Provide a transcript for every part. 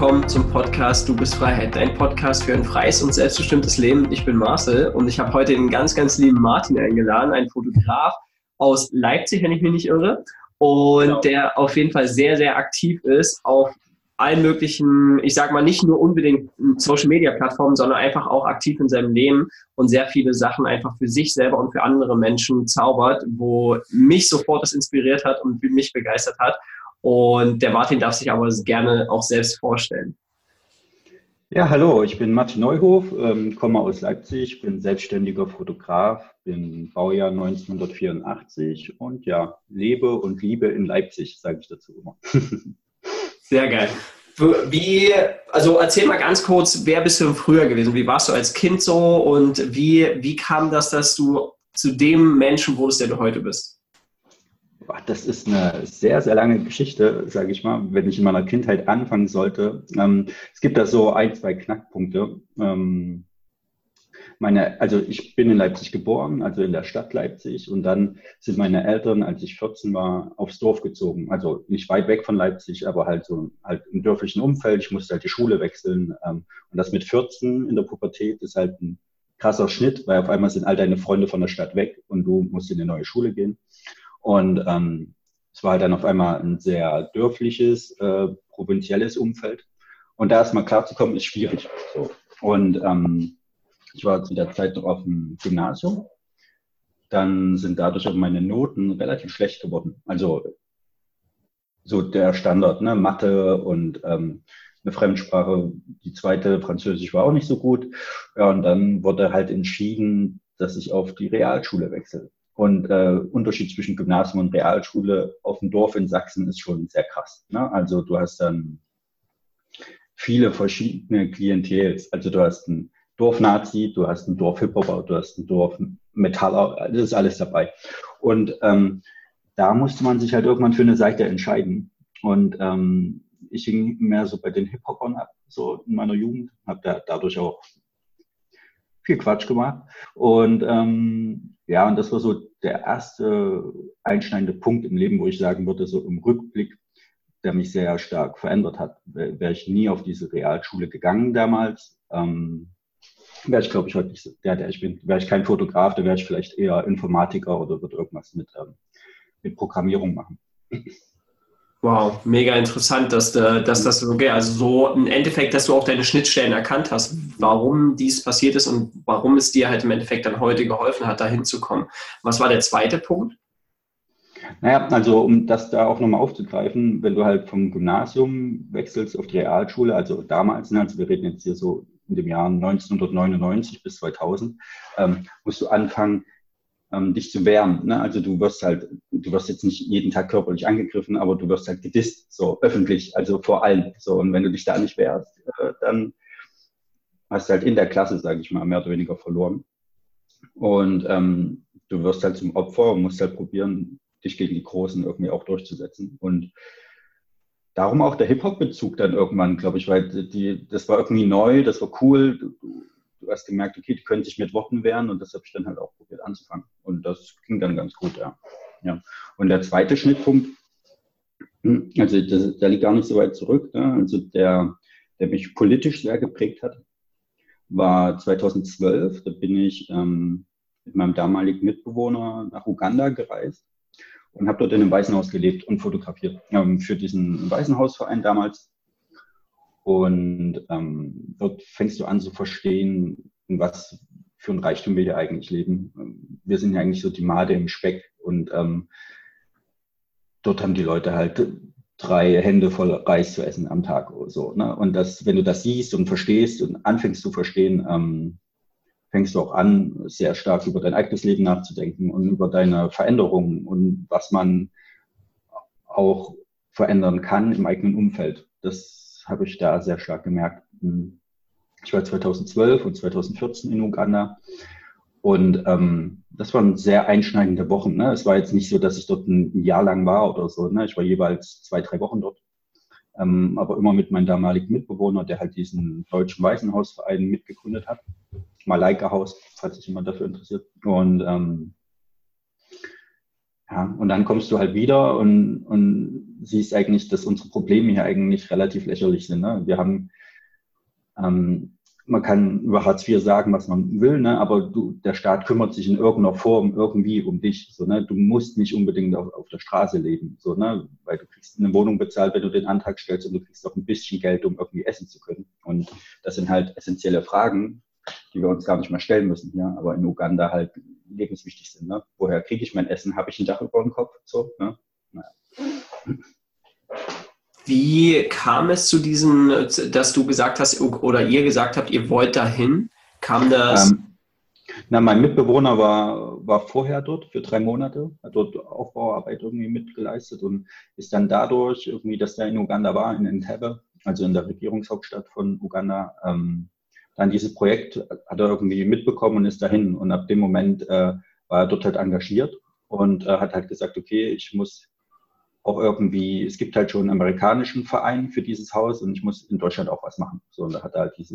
willkommen zum Podcast Du bist Freiheit, dein Podcast für ein freies und selbstbestimmtes Leben. Ich bin Marcel und ich habe heute den ganz, ganz lieben Martin eingeladen, einen Fotograf aus Leipzig, wenn ich mich nicht irre, und genau, der auf jeden Fall sehr, sehr aktiv ist auf allen möglichen, ich sag mal nicht nur unbedingt Social-Media-Plattformen, sondern einfach auch aktiv in seinem Leben und sehr viele Sachen einfach für sich selber und für andere Menschen zaubert, wo mich sofort das inspiriert hat und mich begeistert hat. Und der Martin darf sich aber gerne auch selbst vorstellen. Ja, hallo, ich bin Martin Neuhof, komme aus Leipzig, bin selbstständiger Fotograf, bin Baujahr 1984 und ja, lebe und liebe in Leipzig, sage ich dazu immer. Sehr geil. Also erzähl mal ganz kurz, wer bist du denn früher gewesen? Wie warst du als Kind so und wie kam das, dass du zu dem Menschen wurdest, der du heute bist? Das ist eine sehr, sehr lange Geschichte, sage ich mal, wenn ich in meiner Kindheit anfangen sollte. Es gibt da so ein, zwei Knackpunkte. Also ich bin in Leipzig geboren, also in der Stadt Leipzig, und dann sind meine Eltern, als ich 14 war, aufs Dorf gezogen. Also nicht weit weg von Leipzig, aber halt im dörflichen Umfeld. Ich musste halt die Schule wechseln. Und das mit 14 in der Pubertät ist halt ein krasser Schnitt, weil auf einmal sind all deine Freunde von der Stadt weg und du musst in eine neue Schule gehen. Und es war halt dann auf einmal ein sehr dörfliches, provinzielles Umfeld. Und da erstmal klarzukommen, ist schwierig. So. Und ich war zu der Zeit noch auf dem Gymnasium. Dann sind dadurch auch meine Noten relativ schlecht geworden. Also so der Standard, ne? Mathe und eine Fremdsprache. Die zweite, Französisch, war auch nicht so gut. Ja, und dann wurde halt entschieden, dass ich auf die Realschule wechsle. Und Unterschied zwischen Gymnasium und Realschule auf dem Dorf in Sachsen ist schon sehr krass. Ne? Also du hast dann viele verschiedene Klientels. Also du hast einen Dorfnazi, du hast einen Dorf-Hip-Hopper, du hast einen Dorf-Metaller, das ist alles dabei. Und da musste man sich halt irgendwann für eine Seite entscheiden. Und ich hing mehr so bei den Hip-Hoppern ab, so in meiner Jugend, habe dadurch auch viel Quatsch gemacht. Und ja, und das war so der erste einschneidende Punkt im Leben, wo ich sagen würde, so im Rückblick, der mich sehr stark verändert hat. Wäre ich nie auf diese Realschule gegangen damals, wäre ich, glaube ich, heute nicht so der ich bin. Wäre ich kein Fotograf, dann wäre ich vielleicht eher Informatiker oder würde irgendwas mit Programmierung machen. Wow, mega interessant, dass das so geht. Also so im Endeffekt, dass du auch deine Schnittstellen erkannt hast, warum dies passiert ist und warum es dir halt im Endeffekt dann heute geholfen hat, da hinzukommen. Was war der zweite Punkt? Naja, also um das da auch nochmal aufzugreifen, wenn du halt vom Gymnasium wechselst auf die Realschule, also damals, also wir reden jetzt hier so in dem Jahr 1999 bis 2000, musst du anfangen, dich zu wehren. Ne? Also du wirst jetzt nicht jeden Tag körperlich angegriffen, aber du wirst halt gedisst, so öffentlich, also vor allem. So, und wenn du dich da nicht wehrst, dann hast du halt in der Klasse, sage ich mal, mehr oder weniger verloren. Und du wirst halt zum Opfer und musst halt probieren, dich gegen die Großen irgendwie auch durchzusetzen. Und darum auch der Hip-Hop-Bezug dann irgendwann, glaube ich, weil das war irgendwie neu, das war cool. Du hast gemerkt, okay, die können sich mit Worten wehren, und das habe ich dann halt auch probiert anzufangen. Und das ging dann ganz gut, ja. Und der zweite Schnittpunkt, also der liegt gar nicht so weit zurück, ne? Also der mich politisch sehr geprägt hat, war 2012. Da bin ich mit meinem damaligen Mitbewohner nach Uganda gereist und habe dort in einem Waisenhaus gelebt und fotografiert für diesen Waisenhausverein damals. Und dort fängst du an zu verstehen, in was für ein Reichtum wir hier eigentlich leben. Wir sind ja eigentlich so die Made im Speck, und dort haben die Leute halt 3 Hände voll Reis zu essen am Tag oder so. Ne? Und wenn du das siehst und verstehst und anfängst zu verstehen, fängst du auch an, sehr stark über dein eigenes Leben nachzudenken und über deine Veränderungen und was man auch verändern kann im eigenen Umfeld. Das habe ich da sehr stark gemerkt. Ich war 2012 und 2014 in Uganda, und das waren sehr einschneidende Wochen. Ne? Es war jetzt nicht so, dass ich dort ein Jahr lang war oder so. Ne? Ich war jeweils 2, 3 Wochen dort, aber immer mit meinem damaligen Mitbewohner, der halt diesen deutschen Waisenhausverein mitgegründet hat. Malaika Haus, falls sich jemand dafür interessiert. Und Ja, und dann kommst du halt wieder und siehst eigentlich, dass unsere Probleme hier eigentlich relativ lächerlich sind. Ne? Wir haben, man kann über Hartz IV sagen, was man will, ne? Aber der Staat kümmert sich in irgendeiner Form irgendwie um dich. So, ne? Du musst nicht unbedingt auf der Straße leben, so, ne? Weil du kriegst eine Wohnung bezahlt, wenn du den Antrag stellst, und du kriegst auch ein bisschen Geld, um irgendwie essen zu können. Und das sind halt essentielle Fragen, die wir uns gar nicht mehr stellen müssen hier, aber in Uganda halt lebenswichtig sind. Ne? Woher kriege ich mein Essen? Habe ich ein Dach über dem Kopf? So, ne? Naja. Wie kam es zu diesem, dass du gesagt hast, oder ihr gesagt habt, ihr wollt dahin? Kam das? Mein Mitbewohner war vorher dort für 3 Monate, hat dort Aufbauarbeit irgendwie mitgeleistet und ist dann dadurch irgendwie, dass er in Uganda war, in Entebbe, also in der Regierungshauptstadt von Uganda, dann dieses Projekt hat er irgendwie mitbekommen und ist dahin. Und ab dem Moment war er dort halt engagiert und hat halt gesagt, okay, ich muss auch irgendwie, es gibt halt schon einen amerikanischen Verein für dieses Haus und ich muss in Deutschland auch was machen. So, und da hat er halt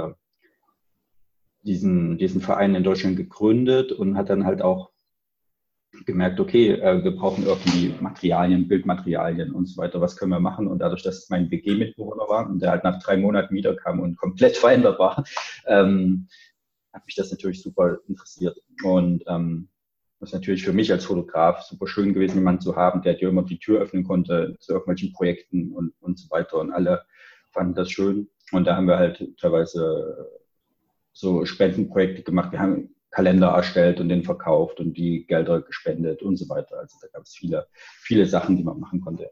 diesen Verein in Deutschland gegründet und hat dann halt auch gemerkt, okay, wir brauchen irgendwie Materialien, Bildmaterialien und so weiter, was können wir machen? Und dadurch, dass es mein WG-Mitbewohner war und der halt nach 3 Monaten wiederkam und komplett verändert war, hat mich das natürlich super interessiert. Und das ist natürlich für mich als Fotograf super schön gewesen, jemanden zu haben, der dir immer die Tür öffnen konnte zu irgendwelchen Projekten und so weiter. Und alle fanden das schön. Und da haben wir halt teilweise so Spendenprojekte gemacht. Wir haben Kalender erstellt und den verkauft und die Gelder gespendet und so weiter. Also da gab es viele Sachen, die man machen konnte.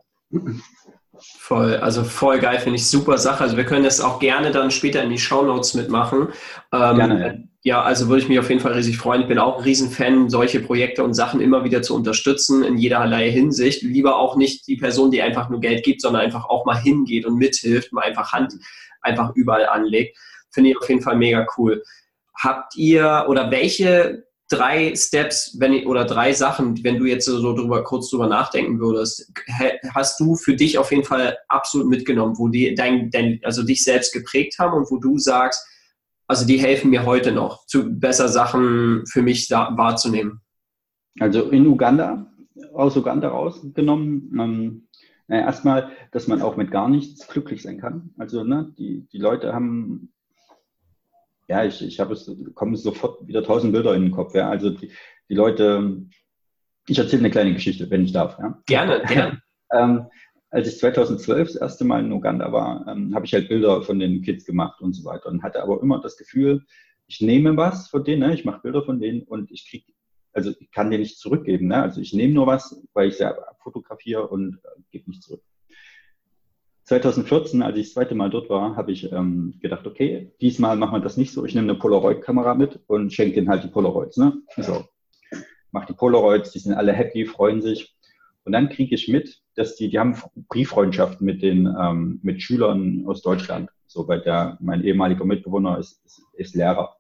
Voll geil, finde ich, super Sache. Also wir können das auch gerne dann später in die Shownotes mitmachen. Gerne, ja, also würde ich mich auf jeden Fall riesig freuen. Ich bin auch ein Riesenfan, solche Projekte und Sachen immer wieder zu unterstützen in jederlei Hinsicht. Lieber auch nicht die Person, die einfach nur Geld gibt, sondern einfach auch mal hingeht und mithilft, mal einfach Hand einfach überall anlegt. Finde ich auf jeden Fall mega cool. Habt ihr oder welche 3 Steps, oder 3 Sachen, wenn du jetzt so kurz drüber nachdenken würdest, hast du für dich auf jeden Fall absolut mitgenommen, wo die also dich selbst geprägt haben und wo du sagst, also die helfen mir heute noch, besser Sachen für mich wahrzunehmen? Also aus Uganda rausgenommen, erstmal, dass man auch mit gar nichts glücklich sein kann. Also ne, die Leute haben, ja, kommen sofort wieder 1000 Bilder in den Kopf. Ja? Also die Leute, ich erzähle eine kleine Geschichte, wenn ich darf. Ja? Gerne. Als ich 2012 das erste Mal in Uganda war, habe ich halt Bilder von den Kids gemacht und so weiter und hatte aber immer das Gefühl, ich nehme was von denen, ne? Ich mache Bilder von denen und ich kann dir nicht zurückgeben. Ne? Also ich nehme nur was, weil ich sie fotografiere und gebe nicht zurück. 2014, als ich das zweite Mal dort war, habe ich gedacht, okay, diesmal machen wir das nicht so. Ich nehme eine Polaroid-Kamera mit und schenke denen halt die Polaroids. Ne? So, mach die Polaroids, die sind alle happy, freuen sich. Und dann kriege ich mit, dass die haben Brieffreundschaften mit Schülern aus Deutschland. So, weil mein ehemaliger Mitbewohner ist Lehrer.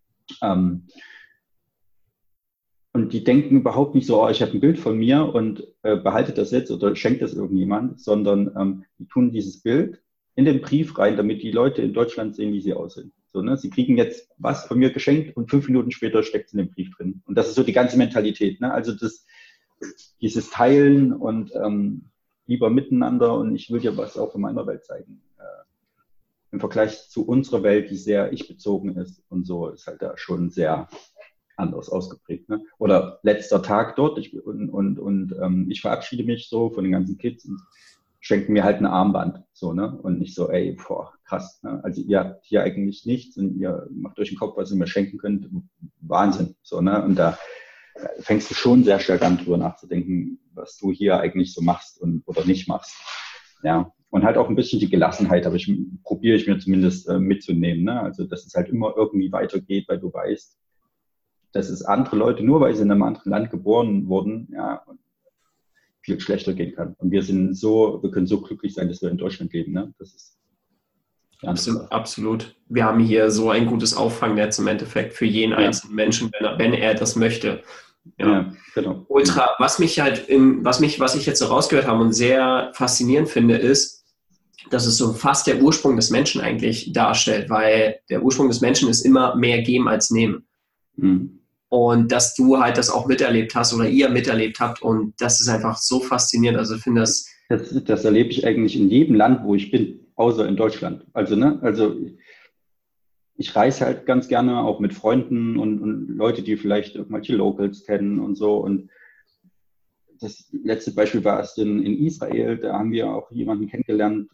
Und die denken überhaupt nicht so, ich habe ein Bild von mir und behalte das jetzt oder schenkt das irgendjemand, sondern die tun dieses Bild in den Brief rein, damit die Leute in Deutschland sehen, wie sie aussehen. So, ne? Sie kriegen jetzt was von mir geschenkt und 5 Minuten später steckt es in den Brief drin. Und das ist so die ganze Mentalität. Ne? Also dieses Teilen und lieber miteinander und ich will dir was auch von meiner Welt zeigen. Im Vergleich zu unserer Welt, die sehr ich-bezogen ist und so, ist halt da schon sehr anders ausgeprägt. Ne? Oder letzter Tag dort, ich verabschiede mich so von den ganzen Kids und schenken mir halt ein Armband. So, ne? Und nicht so, ey, boah, krass. Ne? Also ihr habt hier eigentlich nichts und ihr macht euch den Kopf, was ihr mir schenken könnt. Wahnsinn. So, ne? Und da fängst du schon sehr stark an, drüber nachzudenken, was du hier eigentlich so machst oder nicht machst. Ja. Und halt auch ein bisschen die Gelassenheit, aber probiere ich mir zumindest mitzunehmen. Ne? Also, dass es halt immer irgendwie weitergeht, weil du weißt, dass es andere Leute, nur weil sie in einem anderen Land geboren wurden, ja, viel schlechter gehen kann. Und wir können so glücklich sein, dass wir in Deutschland leben. Ne? Das ist absolut. Wir haben hier so ein gutes Auffangnetz im Endeffekt für jeden einzelnen Menschen, wenn er das möchte. Ja, genau. Ultra. Was ich jetzt so rausgehört habe und sehr faszinierend finde, ist, dass es so fast der Ursprung des Menschen eigentlich darstellt, weil der Ursprung des Menschen ist immer mehr geben als nehmen. Und und dass du halt das auch miterlebt hast oder ihr miterlebt habt und das ist einfach so faszinierend. Also ich finde das. Das erlebe ich eigentlich in jedem Land, wo ich bin, außer in Deutschland. Also, ne, also ich reise halt ganz gerne auch mit Freunden und Leute, die vielleicht irgendwelche Locals kennen und so. Und das letzte Beispiel war erst in Israel, da haben wir auch jemanden kennengelernt,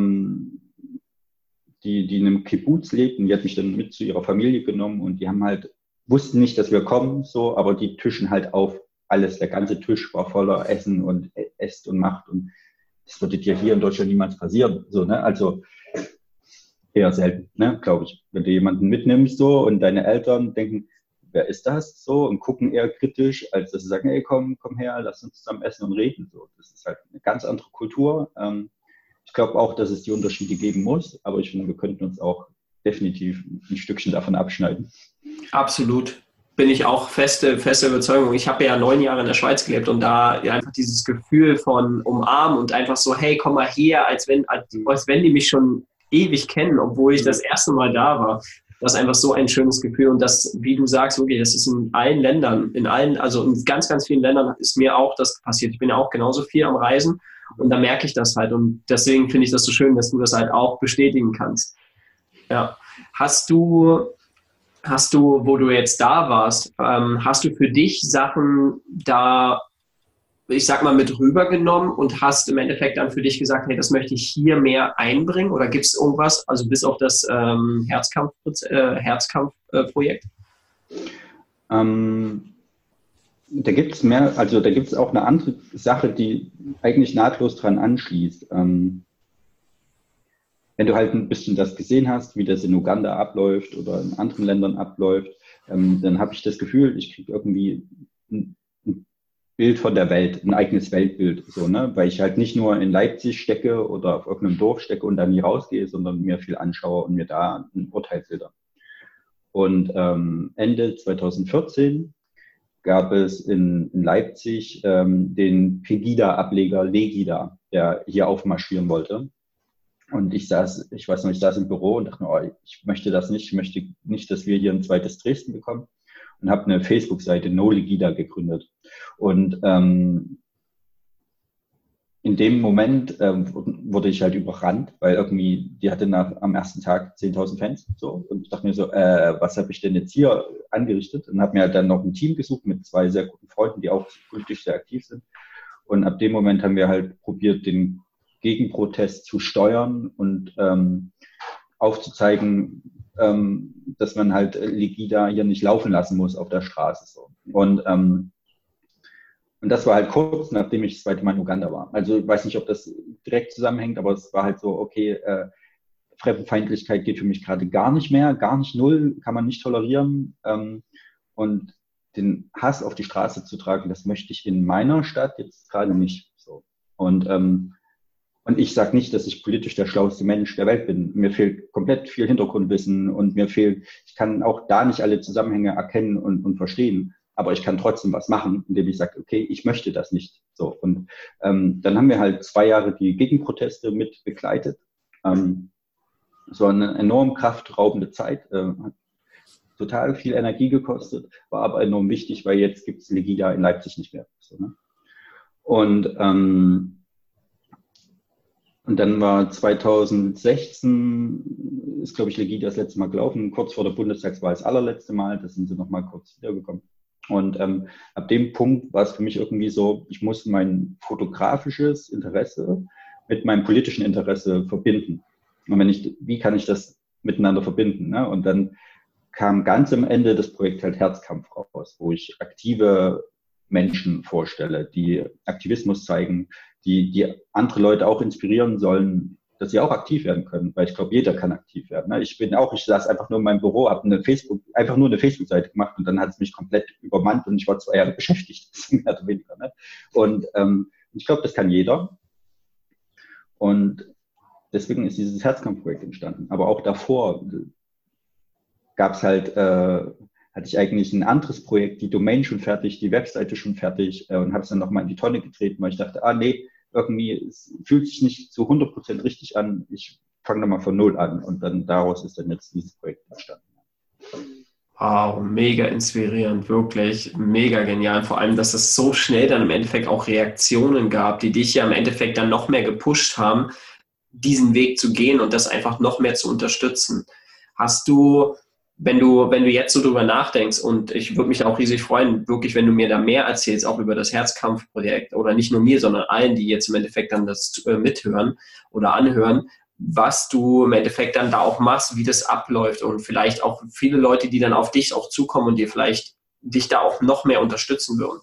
die in einem Kibbuz lebt und die hat mich dann mit zu ihrer Familie genommen und die haben halt, wussten nicht, dass wir kommen, so, aber die tischen halt auf alles. Der ganze Tisch war voller Essen und esst und macht und das würde dir hier in Deutschland niemals passieren, so, ne, also eher selten, ne, glaube ich. Wenn du jemanden mitnimmst so und deine Eltern denken, wer ist das so und gucken eher kritisch, als dass sie sagen, hey, komm her, lass uns zusammen essen und reden. So, das ist halt eine ganz andere Kultur. Ich glaube auch, dass es die Unterschiede geben muss, aber ich finde, wir könnten uns auch definitiv ein Stückchen davon abschneiden. Absolut. Bin ich auch feste Überzeugung. Ich habe ja 9 Jahre in der Schweiz gelebt und da einfach dieses Gefühl von umarmen und einfach so, hey, komm mal her, als wenn die mich schon ewig kennen, obwohl ich das erste Mal da war. Das ist einfach so ein schönes Gefühl und das, wie du sagst, wirklich, das ist in allen Ländern, also in ganz, ganz vielen Ländern ist mir auch das passiert. Ich bin ja auch genauso viel am Reisen und da merke ich das halt und deswegen finde ich das so schön, dass du das halt auch bestätigen kannst. Ja. Hast du, wo du jetzt da warst, hast du für dich Sachen da, ich sag mal, mit rübergenommen und hast im Endeffekt dann für dich gesagt, hey, das möchte ich hier mehr einbringen? Oder gibt es irgendwas, also bis auf das Herzkampf-Projekt? Da gibt es mehr, also da gibt es auch eine andere Sache, die eigentlich nahtlos dran anschließt. Wenn du halt ein bisschen das gesehen hast, wie das in Uganda abläuft oder in anderen Ländern abläuft, dann habe ich das Gefühl, ich kriege irgendwie ein Bild von der Welt, ein eigenes Weltbild, so, ne? Weil ich halt nicht nur in Leipzig stecke oder auf irgendeinem Dorf stecke und da nie rausgehe, sondern mir viel anschaue und mir da ein Urteil filter. Und Ende 2014 gab es in Leipzig den Pegida-Ableger Legida, der hier aufmarschieren wollte. Und ich saß im Büro und dachte, oh, ich möchte das nicht, ich möchte nicht, dass wir hier ein zweites Dresden bekommen. Und habe eine Facebook-Seite No Legida gegründet. Und in dem Moment wurde ich halt überrannt, weil irgendwie, die hatte am ersten Tag 10.000 Fans. So. Und ich dachte mir so, was habe ich denn jetzt hier angerichtet? Und habe mir halt dann noch ein Team gesucht mit 2 sehr guten Freunden, die auch politisch sehr aktiv sind. Und ab dem Moment haben wir halt probiert, den Gegenprotest zu steuern und aufzuzeigen, dass man halt Legida hier nicht laufen lassen muss auf der Straße. So. Und das war halt kurz, nachdem ich das zweite Mal in Uganda war. Also ich weiß nicht, ob das direkt zusammenhängt, aber es war halt so, okay, Fremdenfeindlichkeit geht für mich gerade gar nicht mehr, gar nicht, null, kann man nicht tolerieren. Und den Hass auf die Straße zu tragen, das möchte ich in meiner Stadt jetzt gerade nicht. So. Und ich sage nicht, dass ich politisch der schlauste Mensch der Welt bin. Mir fehlt komplett viel Hintergrundwissen und ich kann auch da nicht alle Zusammenhänge erkennen und verstehen. Aber ich kann trotzdem was machen, indem ich sage, okay, ich möchte das nicht. So. Und dann haben wir halt 2 Jahre die Gegenproteste mit begleitet. Es war eine enorm kraftraubende Zeit, hat total viel Energie gekostet, war aber enorm wichtig, weil jetzt gibt es Legida in Leipzig nicht mehr. So, ne? Und dann war 2016, ist, glaube ich, Legida das letzte Mal gelaufen, kurz vor der Bundestagswahl das allerletzte Mal, da sind sie nochmal kurz wiedergekommen. Und ab dem Punkt war es für mich irgendwie so, ich muss mein fotografisches Interesse mit meinem politischen Interesse verbinden. Und wie kann ich das miteinander verbinden? Ne? Und dann kam ganz am Ende das Projekt halt Herzkampf raus, wo ich aktive Menschen vorstelle, die Aktivismus zeigen, die andere Leute auch inspirieren sollen, dass sie auch aktiv werden können, weil ich glaube, jeder kann aktiv werden. Ne? Ich saß einfach nur in meinem Büro, habe einfach nur eine Facebook-Seite gemacht und dann hat es mich komplett übermannt und ich war 2 Jahre beschäftigt, mehr oder weniger. Ne? Und ich glaube, das kann jeder. Und deswegen ist dieses Herzkampfprojekt entstanden. Aber auch davor gab es halt, hatte ich eigentlich ein anderes Projekt, die Domain schon fertig, die Webseite schon fertig und habe es dann nochmal in die Tonne getreten, weil ich dachte, nee, irgendwie es fühlt sich nicht zu 100% richtig an. Ich fange nochmal von Null an und dann daraus ist dann jetzt dieses Projekt entstanden. Wow, mega inspirierend, wirklich mega genial. Vor allem, dass es so schnell dann im Endeffekt auch Reaktionen gab, die dich ja im Endeffekt dann noch mehr gepusht haben, diesen Weg zu gehen und das einfach noch mehr zu unterstützen. Hast du, wenn du jetzt so drüber nachdenkst, und ich würde mich auch riesig freuen, wirklich, wenn du mir da mehr erzählst, auch über das Herzkampfprojekt oder nicht nur mir, sondern allen, die jetzt im Endeffekt dann das mithören oder anhören, was du im Endeffekt dann da auch machst, wie das abläuft und vielleicht auch viele Leute, die dann auf dich auch zukommen und dir vielleicht dich da auch noch mehr unterstützen würden.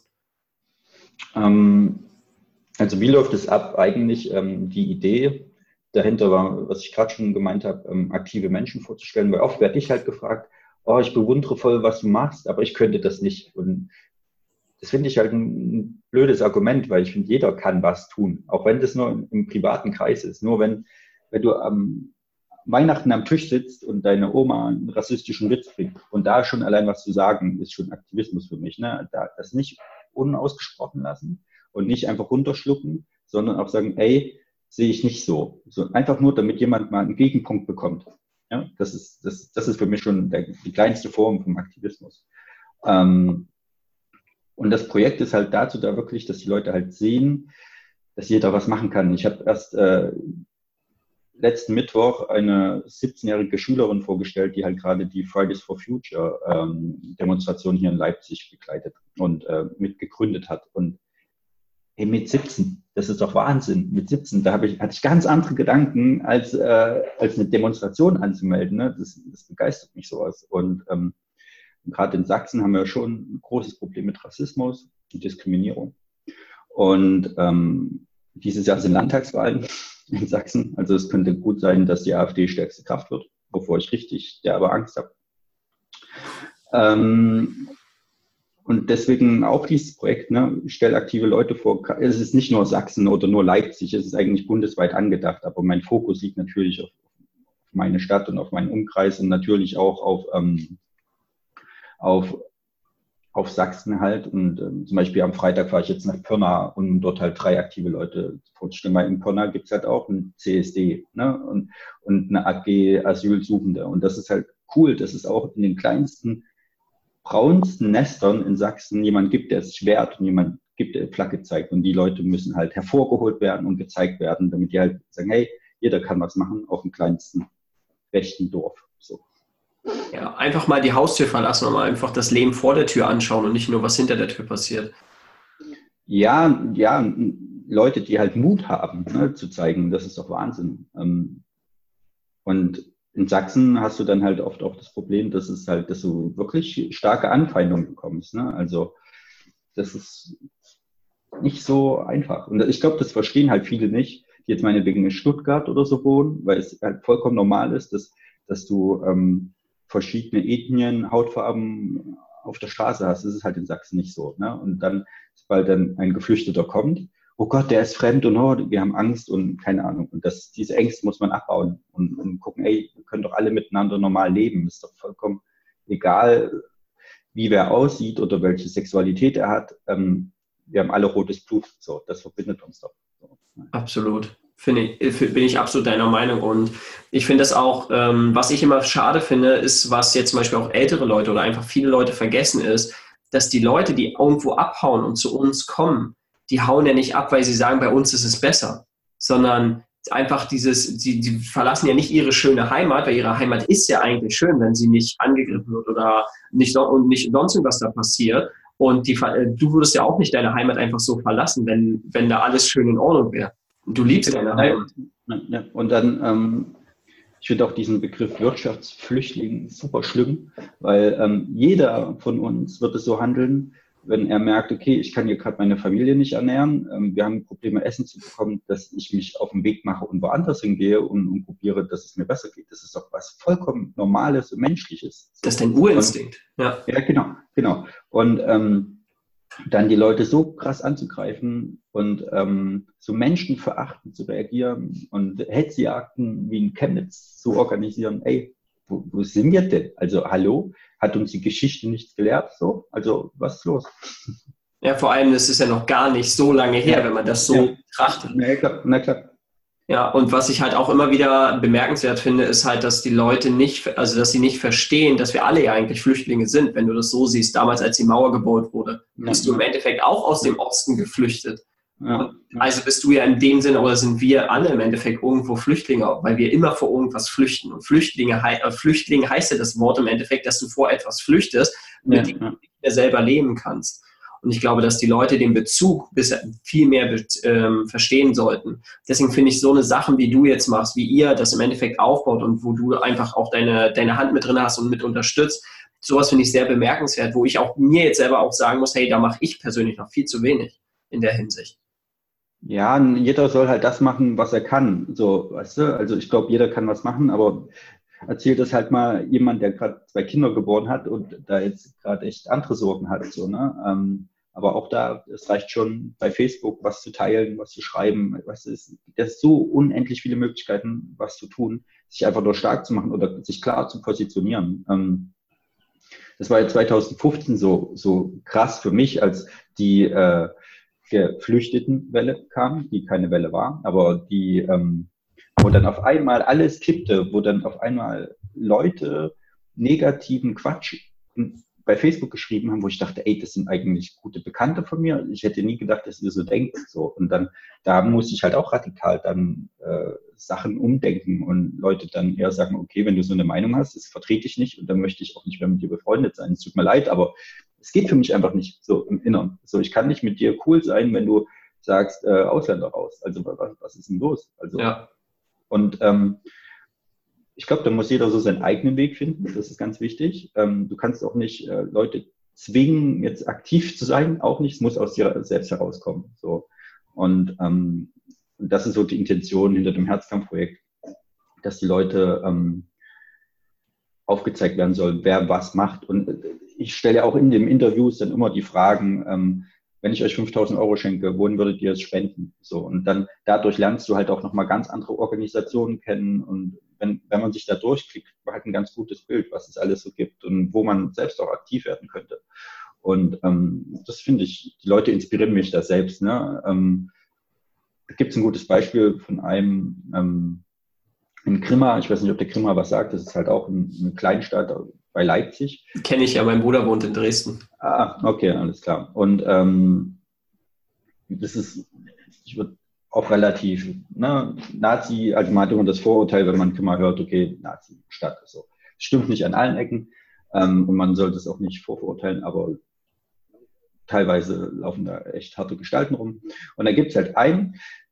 Also wie läuft es ab? Eigentlich die Idee dahinter war, was ich gerade schon gemeint habe, aktive Menschen vorzustellen, weil oft werde ich halt gefragt, oh, ich bewundere voll, was du machst, aber ich könnte das nicht. Und das finde ich halt ein blödes Argument, weil ich finde, jeder kann was tun, auch wenn das nur im privaten Kreis ist. Nur wenn du am Weihnachten am Tisch sitzt und deine Oma einen rassistischen Witz bringt und da schon allein was zu sagen, ist schon Aktivismus für mich. Ne? Da, das nicht unausgesprochen lassen und nicht einfach runterschlucken, sondern auch sagen, ey, sehe ich nicht so. So einfach nur, damit jemand mal einen Gegenpunkt bekommt. Ja, das ist für mich schon die kleinste Form vom Aktivismus. Und das Projekt ist halt dazu da wirklich, dass die Leute halt sehen, dass jeder was machen kann. Ich habe erst letzten Mittwoch eine 17-jährige Schülerin vorgestellt, die halt gerade die Fridays for Future Demonstration hier in Leipzig begleitet und mitgegründet hat. Und hey, mit 17, das ist doch Wahnsinn. Mit 17, hatte ich ganz andere Gedanken, als eine Demonstration anzumelden. Ne? Das begeistert mich sowas. Und gerade in Sachsen haben wir schon ein großes Problem mit Rassismus und Diskriminierung. Und dieses Jahr sind Landtagswahlen in Sachsen. Also es könnte gut sein, dass die AfD stärkste Kraft wird, wovor ich richtig derbe Angst habe. Und deswegen auch dieses Projekt, ne, ich stelle aktive Leute vor. Es ist nicht nur Sachsen oder nur Leipzig, es ist eigentlich bundesweit angedacht, aber mein Fokus liegt natürlich auf meine Stadt und auf meinen Umkreis und natürlich auch auf Sachsen halt. Und zum Beispiel am Freitag fahre ich jetzt nach Pirna, um dort halt 3 aktive Leute vorzustellen, weil in Pirna gibt es halt auch ein CSD, ne, und eine AG Asylsuchende. Und das ist halt cool, dass es auch in den kleinsten braunsten Nestern in Sachsen jemand gibt, der sich wehrt und jemand gibt, der Flagge zeigt. Und die Leute müssen halt hervorgeholt werden und gezeigt werden, damit die halt sagen, hey, jeder kann was machen auf dem kleinsten rechten Dorf. So. Ja, einfach mal die Haustür verlassen und mal einfach das Leben vor der Tür anschauen und nicht nur, was hinter der Tür passiert. Ja, Leute, die halt Mut haben, ne, zu zeigen, das ist doch Wahnsinn. Und in Sachsen hast du dann halt oft auch das Problem, dass du wirklich starke Anfeindungen bekommst. Ne? Also das ist nicht so einfach. Und ich glaube, das verstehen halt viele nicht, die jetzt meinetwegen in Stuttgart oder so wohnen, weil es halt vollkommen normal ist, dass du verschiedene Ethnien, Hautfarben auf der Straße hast. Das ist halt in Sachsen nicht so. Ne? Und dann, sobald dann ein Geflüchteter kommt, oh Gott, der ist fremd und oh, wir haben Angst und keine Ahnung. Und diese Ängste muss man abbauen und gucken, ey, wir können doch alle miteinander normal leben. Ist doch vollkommen egal, wie wer aussieht oder welche Sexualität er hat. Wir haben alle rotes Blut. So, das verbindet uns doch. So. Absolut. Bin ich absolut deiner Meinung. Und ich finde das auch, was ich immer schade finde, ist, was jetzt zum Beispiel auch ältere Leute oder einfach viele Leute vergessen ist, dass die Leute, die irgendwo abhauen und zu uns kommen, die hauen ja nicht ab, weil sie sagen, bei uns ist es besser, sondern einfach die verlassen ja nicht ihre schöne Heimat, weil ihre Heimat ist ja eigentlich schön, wenn sie nicht angegriffen wird oder nicht sonst irgendwas da passiert. Und du würdest ja auch nicht deine Heimat einfach so verlassen, wenn da alles schön in Ordnung wäre. Du liebst deine Heimat. Ja. Und dann, ich finde auch diesen Begriff Wirtschaftsflüchtling super schlimm, weil jeder von uns wird es so handeln, wenn er merkt, okay, ich kann hier gerade meine Familie nicht ernähren, wir haben Probleme, Essen zu bekommen, dass ich mich auf den Weg mache und woanders hingehe und probiere, dass es mir besser geht. Das ist doch was vollkommen Normales und Menschliches. Das ist dein Urinstinkt. Ja, genau. Und dann die Leute so krass anzugreifen und so menschenverachtend zu reagieren und Hetzjagden wie in Chemnitz zu organisieren, ey, wo sind wir denn? Also hallo, hat uns die Geschichte nichts gelehrt? So? Also was ist los? Ja, vor allem, das ist ja noch gar nicht so lange her, wenn man das so betrachtet. Na klar. Ja, und was ich halt auch immer wieder bemerkenswert finde, ist halt, dass die Leute nicht, also dass sie nicht verstehen, dass wir alle ja eigentlich Flüchtlinge sind. Wenn du das so siehst, damals als die Mauer gebaut wurde, Ja, bist du im Endeffekt auch aus ja, dem Osten geflüchtet. Und ja, ja. also bist du ja in dem Sinne, oder sind wir alle im Endeffekt irgendwo Flüchtlinge, weil wir immer vor irgendwas flüchten. Und Flüchtling heißt ja das Wort im Endeffekt, dass du vor etwas flüchtest, Ja, mit dem du ja. nicht mehr selber leben kannst. Und ich glaube, dass die Leute den Bezug viel mehr verstehen sollten. Deswegen finde ich so eine Sachen, wie du jetzt machst, wie ihr das im Endeffekt aufbaut und wo du einfach auch deine Hand mit drin hast und mit unterstützt, sowas finde ich sehr bemerkenswert, wo ich auch mir jetzt selber auch sagen muss, hey, da mache ich persönlich noch viel zu wenig in der Hinsicht. Ja, jeder soll halt das machen, was er kann. So, weißt du? Also ich glaube, jeder kann was machen, aber erzählt das halt mal jemand, der gerade 2 Kinder geboren hat und da jetzt gerade echt andere Sorgen hat. So, ne? Aber auch da, es reicht schon bei Facebook was zu teilen, was zu schreiben. Weißt du, es ist so unendlich viele Möglichkeiten, was zu tun, sich einfach nur stark zu machen oder sich klar zu positionieren. Das war ja 2015 so krass für mich, als die Geflüchtetenwelle kam, die keine Welle war, aber die, wo dann auf einmal alles kippte, wo dann auf einmal Leute negativen Quatsch bei Facebook geschrieben haben, wo ich dachte, ey, das sind eigentlich gute Bekannte von mir. Ich hätte nie gedacht, dass ihr so denkt. So. Und dann, da musste ich halt auch radikal dann Sachen umdenken und Leute dann eher sagen, okay, wenn du so eine Meinung hast, das vertrete ich nicht und dann möchte ich auch nicht mehr mit dir befreundet sein. Es tut mir leid, aber es geht für mich einfach nicht so im Inneren. So, ich kann nicht mit dir cool sein, wenn du sagst, Ausländer raus. Also was ist denn los? Also, Ja. und ich glaube, da muss jeder so seinen eigenen Weg finden. Das ist ganz wichtig. Du kannst auch nicht Leute zwingen, jetzt aktiv zu sein, auch nicht. Es muss aus dir selbst herauskommen. So. Und das ist so die Intention hinter dem Herzkampfprojekt, dass die Leute aufgezeigt werden sollen, wer was macht. Und ich stelle auch in den Interviews dann immer die Fragen, wenn ich euch 5.000 Euro schenke, wohin würdet ihr es spenden? So, und dann dadurch lernst du halt auch nochmal ganz andere Organisationen kennen. Und wenn man sich da durchklickt, man hat ein ganz gutes Bild, was es alles so gibt und wo man selbst auch aktiv werden könnte. Und das finde ich, die Leute inspirieren mich da selbst. Ne? Da gibt es ein gutes Beispiel von einem in Grimma, ich weiß nicht, ob der Grimma was sagt, das ist halt auch eine Kleinstadt bei Leipzig. Kenne ich ja, mein Bruder wohnt in Dresden. Ah, okay, alles klar. Und das ist, ich würde auch relativ, ne, Nazi, also man hat immer das Vorurteil, wenn man Grimma hört, okay, Nazi-Stadt. So. Stimmt nicht an allen Ecken und man sollte es auch nicht vorverurteilen, aber teilweise laufen da echt harte Gestalten rum. Und da gibt es halt einen,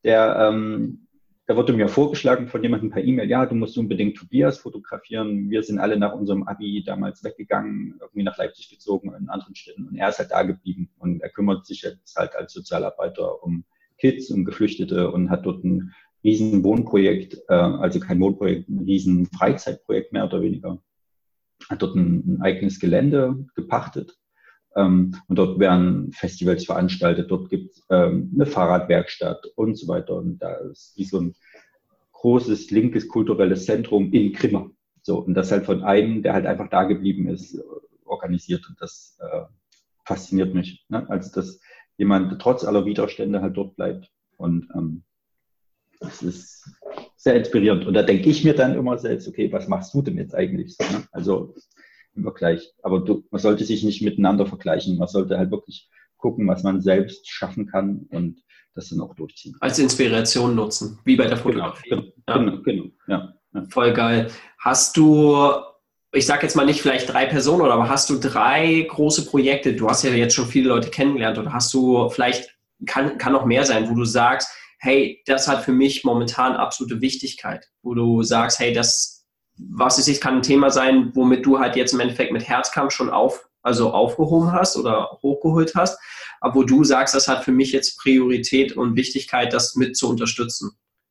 da wurde mir vorgeschlagen von jemandem per E-Mail, ja, du musst unbedingt Tobias fotografieren. Wir sind alle nach unserem Abi damals weggegangen, irgendwie nach Leipzig gezogen, in anderen Städten. Und er ist halt da geblieben. Und er kümmert sich jetzt halt als Sozialarbeiter um Kids, um Geflüchtete und hat dort ein riesen Wohnprojekt, also kein Wohnprojekt, ein riesen Freizeitprojekt mehr oder weniger. Hat dort ein eigenes Gelände gepachtet. Und dort werden Festivals veranstaltet, dort gibt es eine Fahrradwerkstatt und so weiter. Und da ist wie so ein großes linkes kulturelles Zentrum in Grimma. So, und das halt von einem, der halt einfach da geblieben ist, organisiert. Und das fasziniert mich. Ne? Also, dass jemand trotz aller Widerstände halt dort bleibt. Und das ist sehr inspirierend. Und da denke ich mir dann immer selbst, okay, was machst du denn jetzt eigentlich? So, ne? Also im Vergleich. Aber man sollte sich nicht miteinander vergleichen. Man sollte halt wirklich gucken, was man selbst schaffen kann und das dann auch durchziehen. Als Inspiration nutzen, wie bei der Fotografie. Genau. Ja. Voll geil. Hast du, ich sag jetzt mal nicht vielleicht 3 Personen, aber hast du 3 große Projekte? Du hast ja jetzt schon viele Leute kennengelernt oder hast du vielleicht, kann noch mehr sein, wo du sagst, hey, das hat für mich momentan absolute Wichtigkeit, wo du sagst, hey, das, was es ist, kann ein Thema sein, womit du halt jetzt im Endeffekt mit Herzkampf schon aufgehoben hast oder hochgeholt hast, aber wo du sagst, das hat für mich jetzt Priorität und Wichtigkeit, das mit zu unterstützen.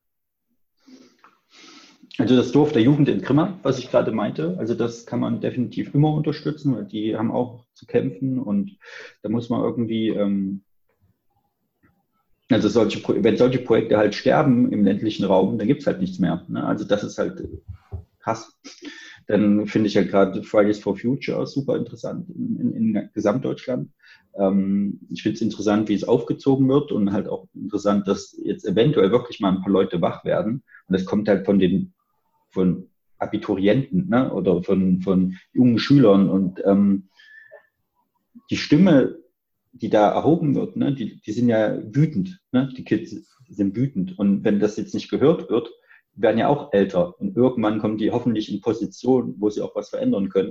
Also das Dorf der Jugend in Grimma, was ich gerade meinte, also das kann man definitiv immer unterstützen, weil die haben auch zu kämpfen und da muss man irgendwie, also wenn solche Projekte halt sterben im ländlichen Raum, dann gibt es halt nichts mehr. Ne? Also das ist halt krass. Dann finde ich ja gerade Fridays for Future super interessant in Gesamtdeutschland. Ich finde es interessant, wie es aufgezogen wird und halt auch interessant, dass jetzt eventuell wirklich mal ein paar Leute wach werden. Und das kommt halt von Abiturienten, ne? Oder von jungen Schülern. Und die Stimme, die da erhoben wird, ne? Die sind ja wütend. Ne? Die Kids sind wütend. Und wenn das jetzt nicht gehört wird, werden ja auch älter. Und irgendwann kommen die hoffentlich in Position, wo sie auch was verändern können.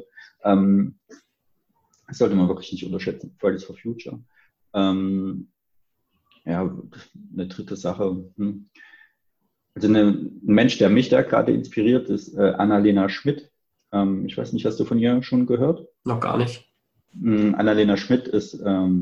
Das sollte man wirklich nicht unterschätzen. Fridays for Future. Ja, eine dritte Sache. Also ein Mensch, der mich da gerade inspiriert, ist Annalena Schmidt. Ich weiß nicht, hast du von ihr schon gehört? Noch gar nicht. Annalena Schmidt ist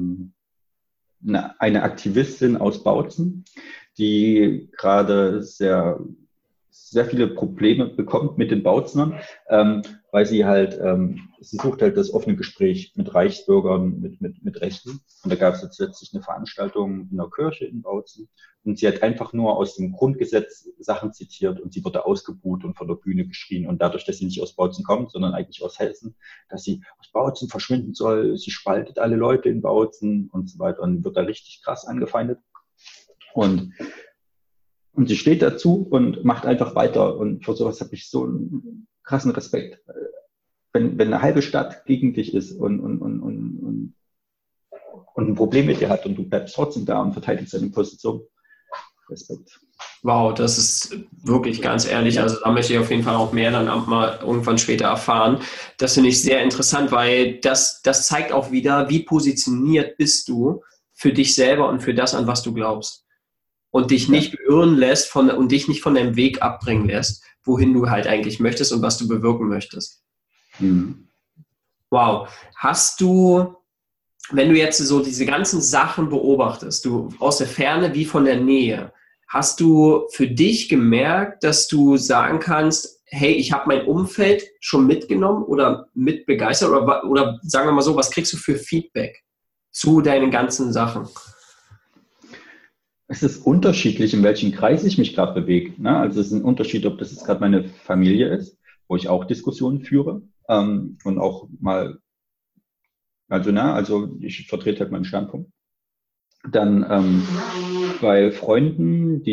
eine Aktivistin aus Bautzen, die gerade sehr viele Probleme bekommt mit den Bautzenern, weil sie halt, sie sucht halt das offene Gespräch mit Reichsbürgern, mit Rechten. Und da gab es jetzt letztlich eine Veranstaltung in der Kirche in Bautzen. Und sie hat einfach nur aus dem Grundgesetz Sachen zitiert und sie wurde ausgebuht und von der Bühne geschrien. Und dadurch, dass sie nicht aus Bautzen kommt, sondern eigentlich aus Hessen, dass sie aus Bautzen verschwinden soll, sie spaltet alle Leute in Bautzen und so weiter und wird da richtig krass angefeindet. Und sie steht dazu und macht einfach weiter. Und für sowas habe ich so einen krassen Respekt. Wenn eine halbe Stadt gegen dich ist und ein Problem mit dir hat und du bleibst trotzdem da und verteidigst deine Position, Respekt. Wow, das ist wirklich ganz ehrlich. Also da möchte ich auf jeden Fall auch mehr dann auch mal irgendwann später erfahren. Das finde ich sehr interessant, weil das zeigt auch wieder, wie positioniert bist du für dich selber und für das, an was du glaubst. Und dich nicht beirren lässt und dich nicht von deinem Weg abbringen lässt, wohin du halt eigentlich möchtest und was du bewirken möchtest. Mhm. Wow. Hast du, wenn du jetzt so diese ganzen Sachen beobachtest, du aus der Ferne wie von der Nähe, hast du für dich gemerkt, dass du sagen kannst, hey, ich habe mein Umfeld schon mitgenommen oder mit begeistert oder sagen wir mal so, was kriegst du für Feedback zu deinen ganzen Sachen? Es ist unterschiedlich, in welchem Kreis ich mich gerade bewege. Ne? Also es ist ein Unterschied, ob das jetzt gerade meine Familie ist, wo ich auch Diskussionen führe und auch mal, also ich vertrete halt meinen Standpunkt. Dann bei Freunden,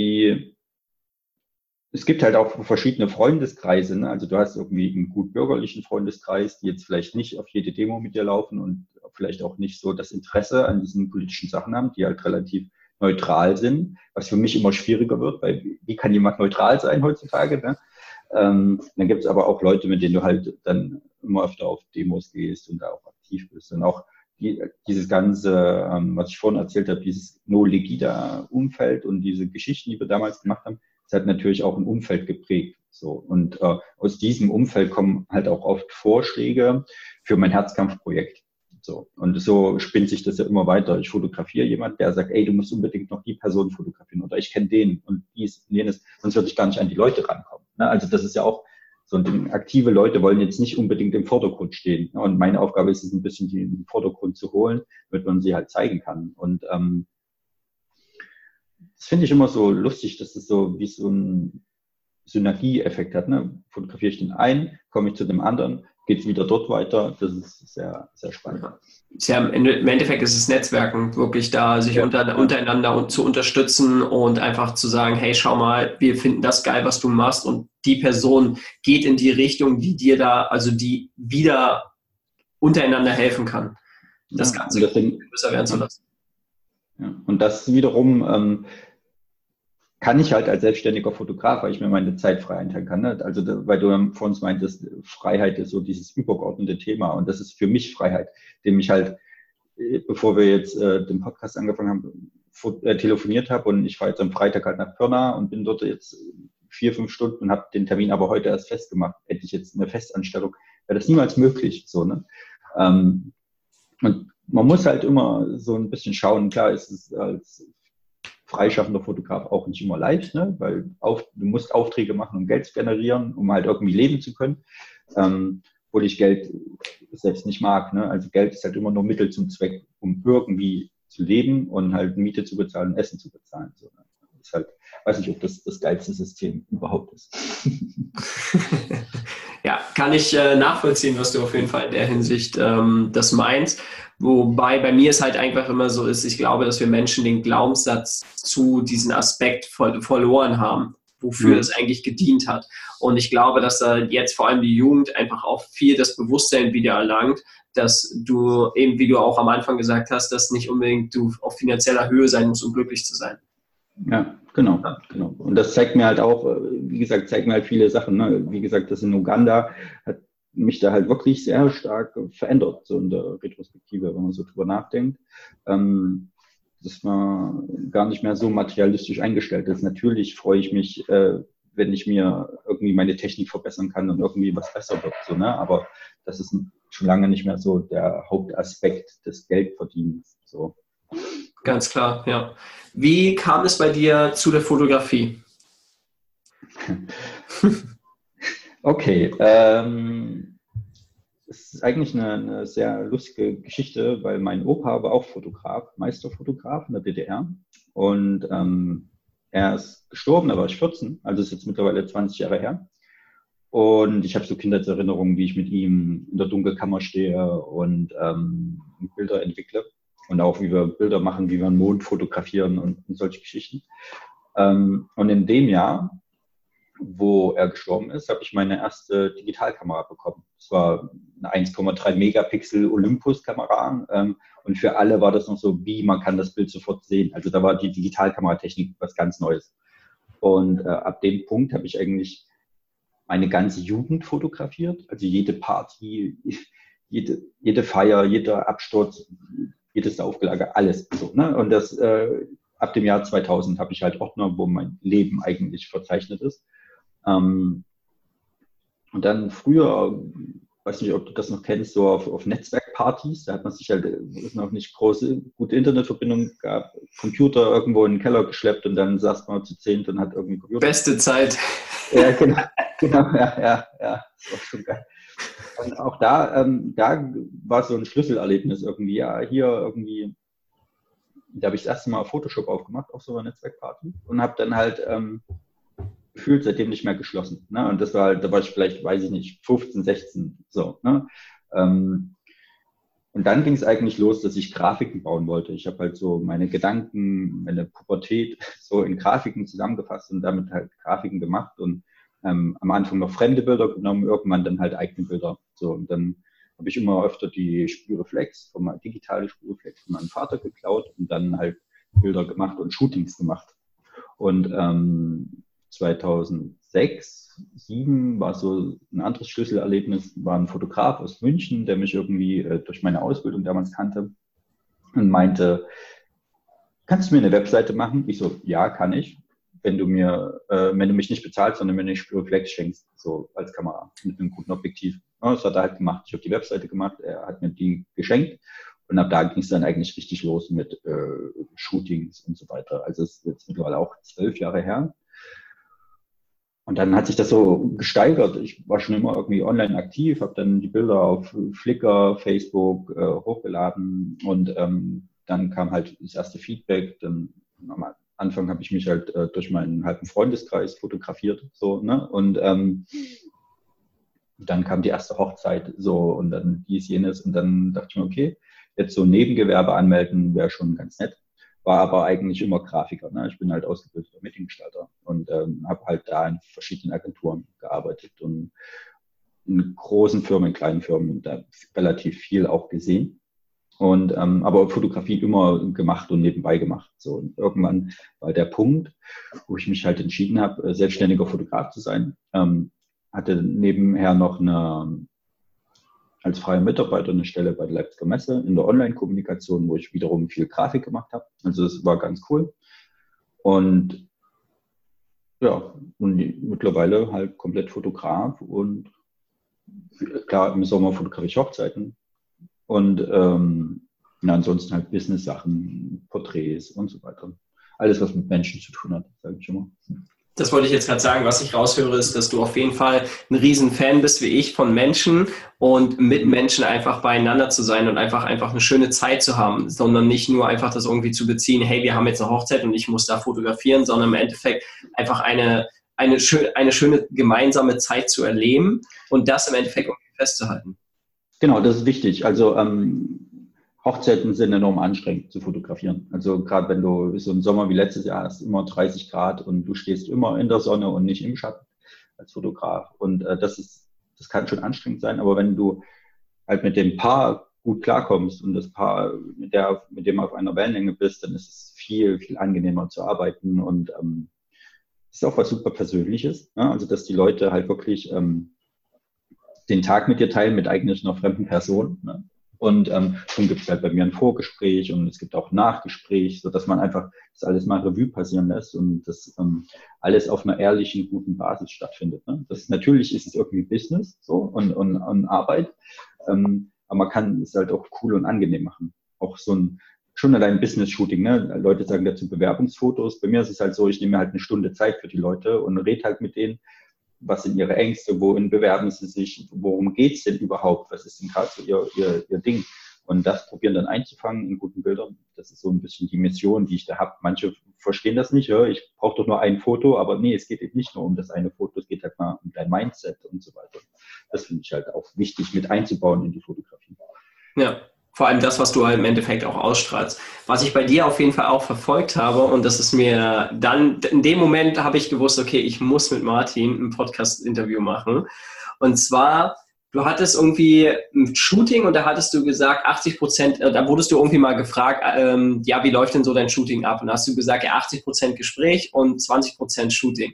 es gibt halt auch verschiedene Freundeskreise. Ne? Also du hast irgendwie einen gut bürgerlichen Freundeskreis, die jetzt vielleicht nicht auf jede Demo mit dir laufen und vielleicht auch nicht so das Interesse an diesen politischen Sachen haben, die halt relativ neutral sind, was für mich immer schwieriger wird, weil wie kann jemand neutral sein heutzutage? Ne? Dann gibt es aber auch Leute, mit denen du halt dann immer öfter auf Demos gehst und da auch aktiv bist. Und auch dieses ganze, was ich vorhin erzählt habe, dieses No-Legida-Umfeld und diese Geschichten, die wir damals gemacht haben, das hat natürlich auch ein Umfeld geprägt. So. Und aus diesem Umfeld kommen halt auch oft Vorschläge für mein Herzkampfprojekt. So. Und so spinnt sich das ja immer weiter. Ich fotografiere jemand, der sagt, ey, du musst unbedingt noch die Person fotografieren oder ich kenne den und dies und jenes, sonst würde ich gar nicht an die Leute rankommen. Ne? Also das ist ja auch so ein Ding. Aktive Leute wollen jetzt nicht unbedingt im Vordergrund stehen. Ne? Und meine Aufgabe ist es ein bisschen, die in den Vordergrund zu holen, damit man sie halt zeigen kann. Und das finde ich immer so lustig, dass es so wie so ein Synergieeffekt hat. Ne? Fotografiere ich den einen, komme ich zu dem anderen, geht es wieder dort weiter. Das ist sehr, sehr spannend. Ja, im Endeffekt ist es Netzwerken, wirklich da sich untereinander zu unterstützen und einfach zu sagen, hey, schau mal, wir finden das geil, was du machst und die Person geht in die Richtung, die dir da, also die wieder untereinander helfen kann, das Ganze größer werden zu lassen. Ja. Und das wiederum kann ich halt als selbstständiger Fotograf, weil ich mir meine Zeit frei einteilen kann. Ne? Also, weil du vor uns meintest, Freiheit ist so dieses übergeordnete Thema. Und das ist für mich Freiheit, dem ich halt, bevor wir jetzt den Podcast angefangen haben, telefoniert habe. Und ich fahre jetzt am Freitag halt nach Pirna und bin dort jetzt 4-5 Stunden und habe den Termin aber heute erst festgemacht. Hätte ich jetzt eine Festanstellung, wäre das niemals möglich. So, ne? Und man muss halt immer so ein bisschen schauen. Klar ist es als freischaffender Fotograf auch nicht immer leicht, ne? Weil du musst Aufträge machen, um Geld zu generieren, um halt irgendwie leben zu können, obwohl ich Geld selbst nicht mag. Ne? Also Geld ist halt immer nur Mittel zum Zweck, um irgendwie zu leben und halt Miete zu bezahlen, Essen zu bezahlen. So, ne? Das ist halt, weiß nicht, ob das geilste System überhaupt ist. Ja, kann ich nachvollziehen, was du auf jeden Fall in der Hinsicht das meinst. Wobei bei mir es halt einfach immer so ist, ich glaube, dass wir Menschen den Glaubenssatz zu diesem Aspekt verloren haben, wofür es eigentlich gedient hat. Und ich glaube, dass da jetzt vor allem die Jugend einfach auch viel das Bewusstsein wieder erlangt, dass du eben, wie du auch am Anfang gesagt hast, dass nicht unbedingt du auf finanzieller Höhe sein musst, um glücklich zu sein. Ja, genau. Und das zeigt mir halt auch, wie gesagt, zeigt mir halt viele Sachen. Ne? Wie gesagt, das in Uganda hat mich da halt wirklich sehr stark verändert, so in der Retrospektive, wenn man so drüber nachdenkt. Dass man gar nicht mehr so materialistisch eingestellt ist. Natürlich freue ich mich, wenn ich mir irgendwie meine Technik verbessern kann und irgendwie was besser wird. So, ne? Aber das ist schon lange nicht mehr so der Hauptaspekt des Geldverdienens. So. Ganz klar, ja. Wie kam es bei dir zu der Fotografie? Okay, es ist eigentlich eine sehr lustige Geschichte, weil mein Opa war auch Fotograf, Meisterfotograf in der DDR. Und er ist gestorben, da war ich 14, also ist jetzt mittlerweile 20 Jahre her. Und ich habe so Kindheitserinnerungen, wie ich mit ihm in der Dunkelkammer stehe und Bilder entwickle. Und auch wie wir Bilder machen, wie wir einen Mond fotografieren und solche Geschichten. Und in dem Jahr, wo er gestorben ist, habe ich meine erste Digitalkamera bekommen. Das war eine 1,3 Megapixel Olympus-Kamera. Und für alle war das noch so, wie man kann das Bild sofort sehen. Also da war die Digitalkameratechnik was ganz Neues. Und ab dem Punkt habe ich eigentlich meine ganze Jugend fotografiert. Also jede Party, jede Feier, jeder Absturz, jedes Saufgelage, alles so. Ne? Und das ab dem Jahr 2000 habe ich halt Ordner, wo mein Leben eigentlich verzeichnet ist. Und dann früher, weiß nicht, ob du das noch kennst, so auf Netzwerkpartys, da hat man sich halt, es noch nicht gute Internetverbindung gab, Computer irgendwo in den Keller geschleppt und dann saß man zu 10 und hat irgendwie Computer. Beste Zeit. Ja, genau, ja, das war schon geil. Und auch da war so ein Schlüsselerlebnis irgendwie, ja, hier irgendwie, da habe ich das erste Mal Photoshop aufgemacht, auf so einer Netzwerkparty und habe dann halt gefühlt seitdem nicht mehr geschlossen. Ne? Und das war halt, da war ich vielleicht, weiß ich nicht, 15, 16, so. Ne? Und dann ging es eigentlich los, dass ich Grafiken bauen wollte. Ich habe halt so meine Gedanken, meine Pubertät so in Grafiken zusammengefasst und damit halt Grafiken gemacht und am Anfang noch fremde Bilder genommen, irgendwann dann halt eigene Bilder. So, und dann habe ich immer öfter die Spürreflex, digitale Spürreflex von meinem Vater geklaut und dann halt Bilder gemacht und Shootings gemacht. Und 2006, 2007 war so ein anderes Schlüsselerlebnis, war ein Fotograf aus München, der mich irgendwie durch meine Ausbildung damals kannte und meinte, kannst du mir eine Webseite machen? Ich so, ja, kann ich. Wenn du mich nicht bezahlst, sondern mir eine Spürreflex schenkst, so als Kamera mit einem guten Objektiv. Ja, das hat er halt gemacht. Ich habe die Webseite gemacht, er hat mir die geschenkt und ab da ging es dann eigentlich richtig los mit Shootings und so weiter. Also es ist jetzt mittlerweile auch 12 Jahre her. Und dann hat sich das so gesteigert. Ich war schon immer irgendwie online aktiv, habe dann die Bilder auf Flickr, Facebook hochgeladen und dann kam halt das erste Feedback. Dann am Anfang habe ich mich halt durch meinen halben Freundeskreis fotografiert, so, ne? Und dann kam die erste Hochzeit, so, und dann dies, jenes, und dann dachte ich mir, okay, jetzt so Nebengewerbe anmelden wäre schon ganz nett. War aber eigentlich immer Grafiker, ne? Ich bin halt ausgebildeter Mediengestalter und habe halt da in verschiedenen Agenturen gearbeitet und in großen Firmen, in kleinen Firmen da relativ viel auch gesehen. Und aber Fotografie immer gemacht und nebenbei gemacht. So, und irgendwann war der Punkt, wo ich mich halt entschieden habe, selbstständiger Fotograf zu sein. Hatte nebenher noch als freier Mitarbeiter eine Stelle bei der Leipziger Messe in der Online-Kommunikation, wo ich wiederum viel Grafik gemacht habe. Also das war ganz cool. Und ja, und mittlerweile halt komplett Fotograf und klar, im Sommer fotografiere ich Hochzeiten. Und ansonsten halt Business-Sachen, Porträts und so weiter. Alles, was mit Menschen zu tun hat, sage ich immer. Das wollte ich jetzt gerade sagen. Was ich raushöre, ist, dass du auf jeden Fall ein Riesenfan bist, wie ich, von Menschen und mit Menschen einfach beieinander zu sein und einfach eine schöne Zeit zu haben, sondern nicht nur einfach das irgendwie zu beziehen, hey, wir haben jetzt eine Hochzeit und ich muss da fotografieren, sondern im Endeffekt einfach eine eine schöne gemeinsame Zeit zu erleben und das im Endeffekt irgendwie festzuhalten. Genau, das ist wichtig. Also Hochzeiten sind enorm anstrengend zu fotografieren. Also gerade wenn du so einen Sommer wie letztes Jahr hast, immer 30 Grad und du stehst immer in der Sonne und nicht im Schatten als Fotograf. Und das kann schon anstrengend sein, aber wenn du halt mit dem Paar gut klarkommst und das Paar, mit dem auf einer Wellenlänge bist, dann ist es viel, viel angenehmer zu arbeiten und ist auch was super Persönliches. Ne? Also dass die Leute halt wirklich den Tag mit dir teilen, mit eigentlich einer fremden Person. Ne? Und dann gibt es halt bei mir ein Vorgespräch und es gibt auch ein Nachgespräch, sodass man einfach das alles mal Revue passieren lässt und das alles auf einer ehrlichen, guten Basis stattfindet. Ne? Natürlich ist es irgendwie Business so und Arbeit, aber man kann es halt auch cool und angenehm machen. Auch schon allein Business-Shooting. Ne? Leute sagen dazu Bewerbungsfotos. Bei mir ist es halt so, ich nehme halt eine Stunde Zeit für die Leute und rede halt mit denen. Was sind ihre Ängste, wohin bewerben sie sich, worum geht's denn überhaupt, was ist denn gerade so ihr Ding? Und das probieren dann einzufangen in guten Bildern, das ist so ein bisschen die Mission, die ich da habe. Manche verstehen das nicht, ja, ich brauche doch nur ein Foto, aber nee, es geht eben nicht nur um das eine Foto, es geht halt mal um dein Mindset und so weiter. Das finde ich halt auch wichtig mit einzubauen in die Fotografie. Ja. Vor allem das, was du halt im Endeffekt auch ausstrahlst. Was ich bei dir auf jeden Fall auch verfolgt habe, und das ist mir dann, in dem Moment habe ich gewusst, okay, ich muss mit Martin ein Podcast-Interview machen. Und zwar, du hattest irgendwie ein Shooting und da hattest du gesagt, 80%, da wurdest du irgendwie mal gefragt, ja, wie läuft denn so dein Shooting ab? Und da hast du gesagt, ja, 80% Gespräch und 20% Shooting.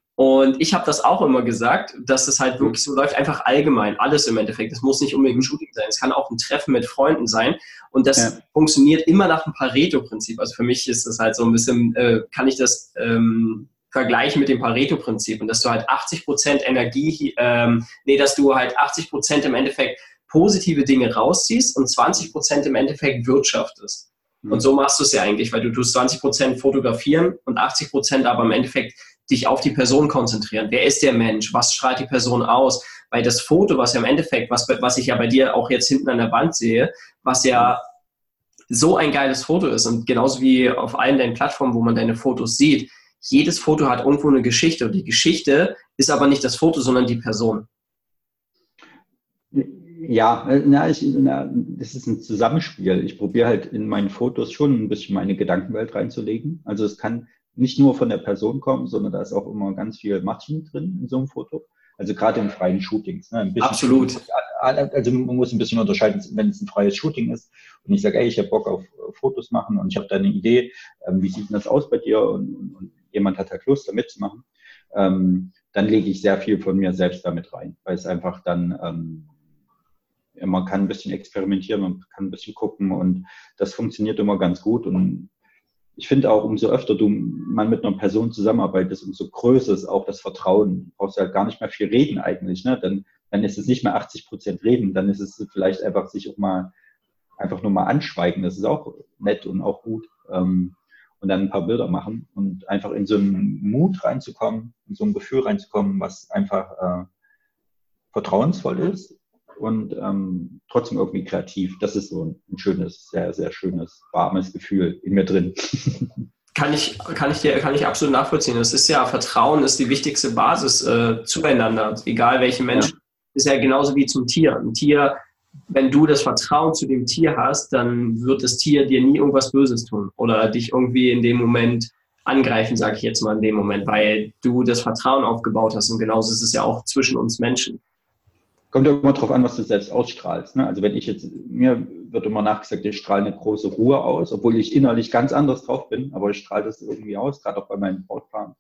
Und ich habe das auch immer gesagt, dass es halt wirklich so läuft, einfach allgemein, alles im Endeffekt. Es muss nicht unbedingt ein Shooting sein, es kann auch ein Treffen mit Freunden sein. Und das funktioniert immer nach dem Pareto-Prinzip. Also für mich ist das halt so ein bisschen, kann ich das vergleichen mit dem Pareto-Prinzip. Und dass du halt 80% Energie, dass du halt 80% im Endeffekt positive Dinge rausziehst und 20% im Endeffekt wirtschaftest. Und so machst du es ja eigentlich, weil du tust 20% fotografieren und 80% aber im Endeffekt dich auf die Person konzentrieren. Wer ist der Mensch? Was strahlt die Person aus? Weil das Foto, was ja im Endeffekt, was ich ja bei dir auch jetzt hinten an der Wand sehe, was ja so ein geiles Foto ist und genauso wie auf allen deinen Plattformen, wo man deine Fotos sieht, jedes Foto hat irgendwo eine Geschichte und die Geschichte ist aber nicht das Foto, sondern die Person. Ja, das ist ein Zusammenspiel. Ich probiere halt in meinen Fotos schon ein bisschen meine Gedankenwelt reinzulegen. Also es kann nicht nur von der Person kommen, sondern da ist auch immer ganz viel Martin drin in so einem Foto. Also gerade in freien Shootings. Ne? Absolut. Also man muss ein bisschen unterscheiden, wenn es ein freies Shooting ist und ich sage, ey, ich habe Bock auf Fotos machen und ich habe da eine Idee, wie sieht denn das aus bei dir und jemand hat halt Lust, da mitzumachen, dann lege ich sehr viel von mir selbst damit rein, weil es einfach dann man kann ein bisschen experimentieren, man kann ein bisschen gucken und das funktioniert immer ganz gut und ich finde auch, umso öfter man mit einer Person zusammenarbeitet, umso größer ist auch das Vertrauen. Du brauchst ja gar nicht mehr viel reden eigentlich, ne? Dann ist es nicht mehr 80% reden, dann ist es vielleicht einfach sich auch mal einfach nur mal anschweigen. Das ist auch nett und auch gut. Und dann ein paar Bilder machen und einfach in so einen Mut reinzukommen, in so ein Gefühl reinzukommen, was einfach vertrauensvoll ist. Und trotzdem irgendwie kreativ. Das ist so ein schönes, sehr, sehr schönes, warmes Gefühl in mir drin. Kann ich absolut nachvollziehen. Das ist ja, Vertrauen ist die wichtigste Basis zueinander. Egal welchen Menschen. Ist ja genauso wie zum Tier. Ein Tier, wenn du das Vertrauen zu dem Tier hast, dann wird das Tier dir nie irgendwas Böses tun oder dich irgendwie in dem Moment angreifen, sage ich jetzt mal in dem Moment, weil du das Vertrauen aufgebaut hast. Und genauso ist es ja auch zwischen uns Menschen. Kommt ja immer drauf an, was du selbst ausstrahlst. Ne? Also mir wird immer nachgesagt, ich strahle eine große Ruhe aus, obwohl ich innerlich ganz anders drauf bin, aber ich strahle das irgendwie aus, gerade auch bei meinen Brautpaaren.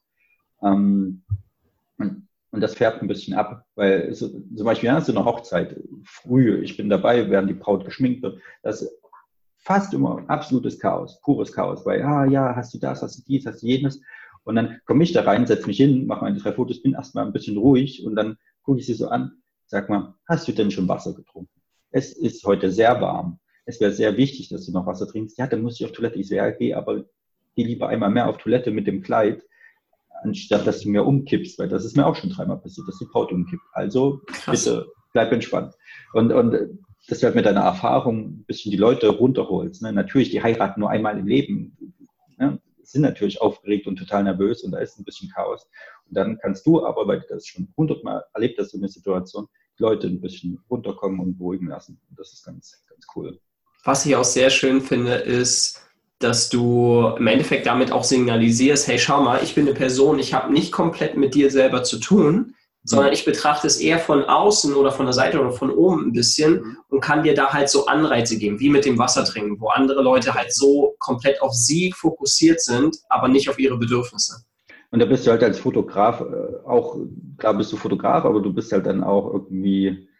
Und das färbt ein bisschen ab, weil zum Beispiel hast du eine Hochzeit früh, ich bin dabei, während die Braut geschminkt wird, das ist fast immer absolutes Chaos, pures Chaos, weil hast du das, hast du dies, hast du jenes und dann komme ich da rein, setze mich hin, mache meine 3 Fotos, bin erstmal ein bisschen ruhig und dann gucke ich sie so an. Sag mal, hast du denn schon Wasser getrunken? Es ist heute sehr warm. Es wäre sehr wichtig, dass du noch Wasser trinkst. Ja, dann muss ich auf Toilette. Ich so, ja, geh lieber einmal mehr auf Toilette mit dem Kleid, anstatt dass du mir umkippst, weil das ist mir auch schon 3-mal passiert, dass die Braut umkippt. Also bitte, bleib entspannt. Und das wird mit deiner Erfahrung ein bisschen die Leute runterholst. Ne? Natürlich, die heiraten nur einmal im Leben. Ne? sind natürlich aufgeregt und total nervös und da ist ein bisschen Chaos. Und dann kannst du aber, weil du das schon 100-mal erlebt hast, so eine Situation, die Leute ein bisschen runterkommen und beruhigen lassen. Und das ist ganz, ganz cool. Was ich auch sehr schön finde, ist, dass du im Endeffekt damit auch signalisierst, hey, schau mal, ich bin eine Person, ich habe nicht komplett mit dir selber zu tun, sondern ich betrachte es eher von außen oder von der Seite oder von oben ein bisschen und kann dir da halt so Anreize geben, wie mit dem Wassertrinken, wo andere Leute halt so komplett auf sie fokussiert sind, aber nicht auf ihre Bedürfnisse. Und da bist du halt als Fotograf auch, klar bist du Fotograf, aber du bist halt dann auch irgendwie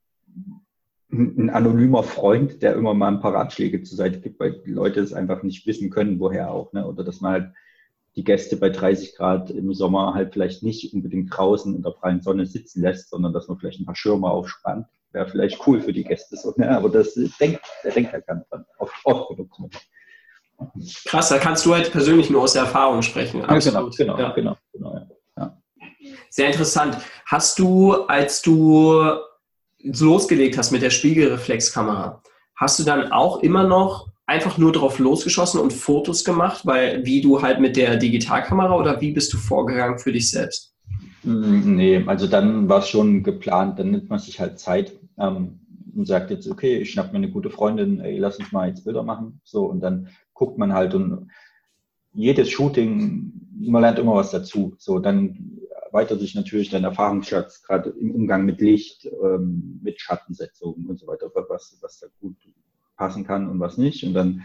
ein anonymer Freund, der immer mal ein paar Ratschläge zur Seite gibt, weil die Leute es einfach nicht wissen können, woher auch. Ne? Oder dass man halt die Gäste bei 30 Grad im Sommer halt vielleicht nicht unbedingt draußen in der prallen Sonne sitzen lässt, sondern dass man vielleicht ein paar Schirme aufspannt. Wäre vielleicht cool für die Gäste. So, ne? Aber der denkt halt gar nicht dran. Auf Produktion. Krass, da kannst du halt persönlich nur aus der Erfahrung sprechen. Absolut. Ja, genau. Ja. Sehr interessant. Hast du, als du losgelegt hast mit der Spiegelreflexkamera, hast du dann auch immer noch einfach nur drauf losgeschossen und Fotos gemacht, weil wie du halt mit der Digitalkamera oder wie bist du vorgegangen für dich selbst? Nee, also dann war es schon geplant, dann nimmt man sich halt Zeit und sagt jetzt, okay, ich schnapp mir eine gute Freundin, ey, lass uns mal jetzt Bilder machen. So, und dann guckt man halt und jedes Shooting, man lernt immer was dazu. So, dann erweitert sich natürlich dein Erfahrungsschatz, gerade im Umgang mit Licht, mit Schattensetzungen und so weiter, was da gut passen kann und was nicht. Und dann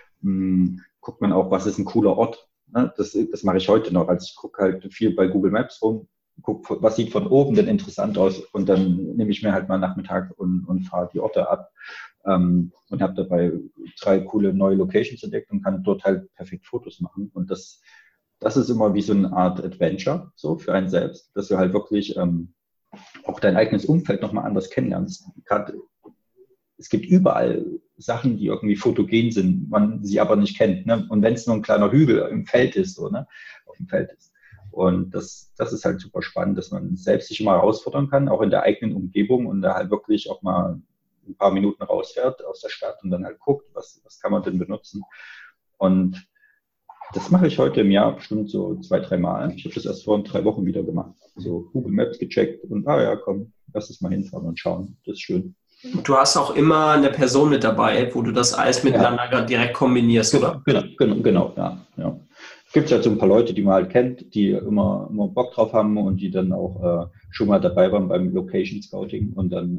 guckt man auch, was ist ein cooler Ort. Ne? Das mache ich heute noch. Also ich gucke halt viel bei Google Maps rum, gucke, was sieht von oben denn interessant aus. Und dann nehme ich mir halt mal Nachmittag und fahre die Orte ab. Und habe dabei 3 coole neue Locations entdeckt und kann dort halt perfekt Fotos machen. Und das ist immer wie so eine Art Adventure, so für einen selbst, dass du halt wirklich auch dein eigenes Umfeld nochmal anders kennenlernst. Gerade es gibt überall Sachen, die irgendwie fotogen sind, man sie aber nicht kennt. Ne? Und wenn es nur ein kleiner Hügel im Feld ist, so, ne? Auf dem Feld ist. Und das ist halt super spannend, dass man selbst sich immer herausfordern kann, auch in der eigenen Umgebung und da halt wirklich auch mal ein paar Minuten rausfährt aus der Stadt und dann halt guckt, was kann man denn benutzen. Und das mache ich heute im Jahr bestimmt so 2, 3 Mal. Ich habe das erst vor 3 Wochen wieder gemacht. So Google Maps gecheckt und ja, komm, lass es mal hinfahren und schauen. Das ist schön. Du hast auch immer eine Person mit dabei, wo du das alles miteinander direkt kombinierst, oder? Genau, ja. Gibt es halt so ein paar Leute, die man halt kennt, die immer Bock drauf haben und die dann auch schon mal dabei waren beim Location Scouting und dann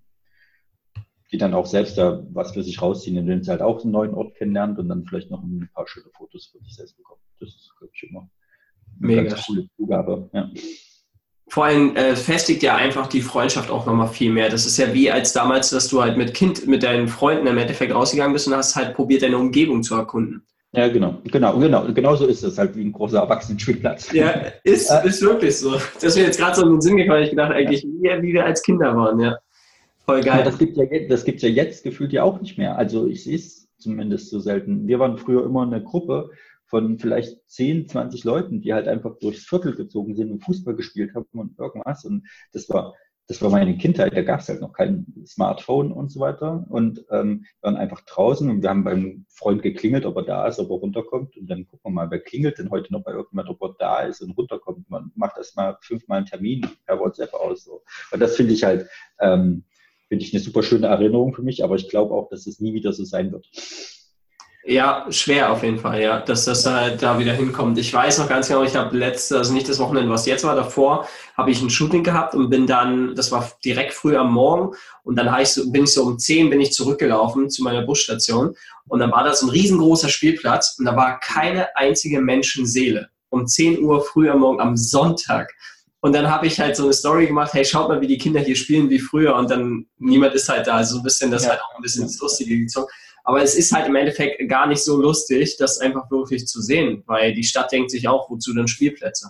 die dann auch selbst da was für sich rausziehen, indem sie halt auch einen neuen Ort kennenlernt und dann vielleicht noch ein paar schöne Fotos für sich selbst bekommen. Das ist, glaube ich, immer eine ganz coole Zugabe. Ja. Vor allem festigt ja einfach die Freundschaft auch nochmal viel mehr. Das ist ja wie als damals, dass du halt mit deinen Freunden im Endeffekt rausgegangen bist und hast halt probiert, deine Umgebung zu erkunden. Ja, genau so ist es halt wie ein großer Erwachsenenspielplatz. Ja, ist wirklich so. Das ist mir jetzt gerade so in den Sinn gekommen, ich gedacht, eigentlich, wie wir als Kinder waren, ja. Voll geil. Aber das gibt's ja jetzt gefühlt ja auch nicht mehr. Also ich sehe es zumindest so selten. Wir waren früher immer eine Gruppe von vielleicht 10, 20 Leuten, die halt einfach durchs Viertel gezogen sind und Fußball gespielt haben und irgendwas. Und das war meine Kindheit. Da gab es halt noch kein Smartphone und so weiter. Und wir waren einfach draußen und wir haben beim Freund geklingelt, ob er da ist, ob er runterkommt. Und dann gucken wir mal, wer klingelt denn heute noch bei irgendjemand, ob er da ist und runterkommt. Man macht erst mal 5-mal einen Termin per WhatsApp aus. So. Und das finde ich halt eine super schöne Erinnerung für mich, aber ich glaube auch, dass es nie wieder so sein wird. Ja, schwer auf jeden Fall, ja, dass das da wieder hinkommt. Ich weiß noch ganz genau, ich habe also nicht das Wochenende, was jetzt war, davor habe ich ein Shooting gehabt und bin dann, das war direkt früh am Morgen und dann bin ich so um 10 bin ich zurückgelaufen zu meiner Busstation und dann war da so ein riesengroßer Spielplatz und da war keine einzige Menschenseele. Um 10 Uhr früh am Morgen am Sonntag. Und dann habe ich halt so eine Story gemacht, hey, schaut mal, wie die Kinder hier spielen wie früher und dann niemand ist halt da. Also so ein bisschen, das halt auch ein bisschen ins Lustige gezogen. Aber es ist halt im Endeffekt gar nicht so lustig, das einfach wirklich zu sehen, weil die Stadt denkt sich auch, wozu denn Spielplätze?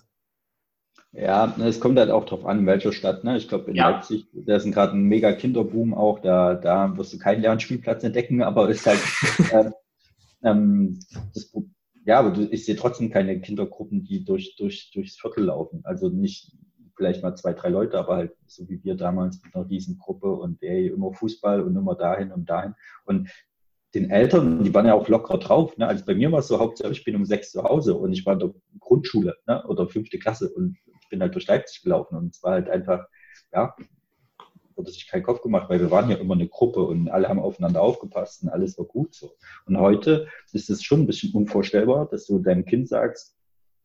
Ja, es kommt halt auch drauf an, in welcher Stadt. Ne? Ich glaube, in Leipzig, da ist gerade ein mega Kinderboom auch, da wirst du keinen leeren Spielplatz entdecken, aber ist halt aber ich sehe trotzdem keine Kindergruppen, die durchs Viertel laufen. Also nicht vielleicht mal 2, 3 Leute, aber halt so wie wir damals mit einer Riesengruppe und immer Fußball und immer dahin und dahin. Und den Eltern, die waren ja auch locker drauf. Ne? Also bei mir war es so, hauptsächlich, ich bin um 6 zu Hause und ich war in der Grundschule, ne? Oder 5. Klasse und ich bin halt durch Leipzig gelaufen und es war halt einfach, ja, wurde sich keinen Kopf gemacht, weil wir waren ja immer eine Gruppe und alle haben aufeinander aufgepasst und alles war gut so. Und heute ist es schon ein bisschen unvorstellbar, dass du deinem Kind sagst,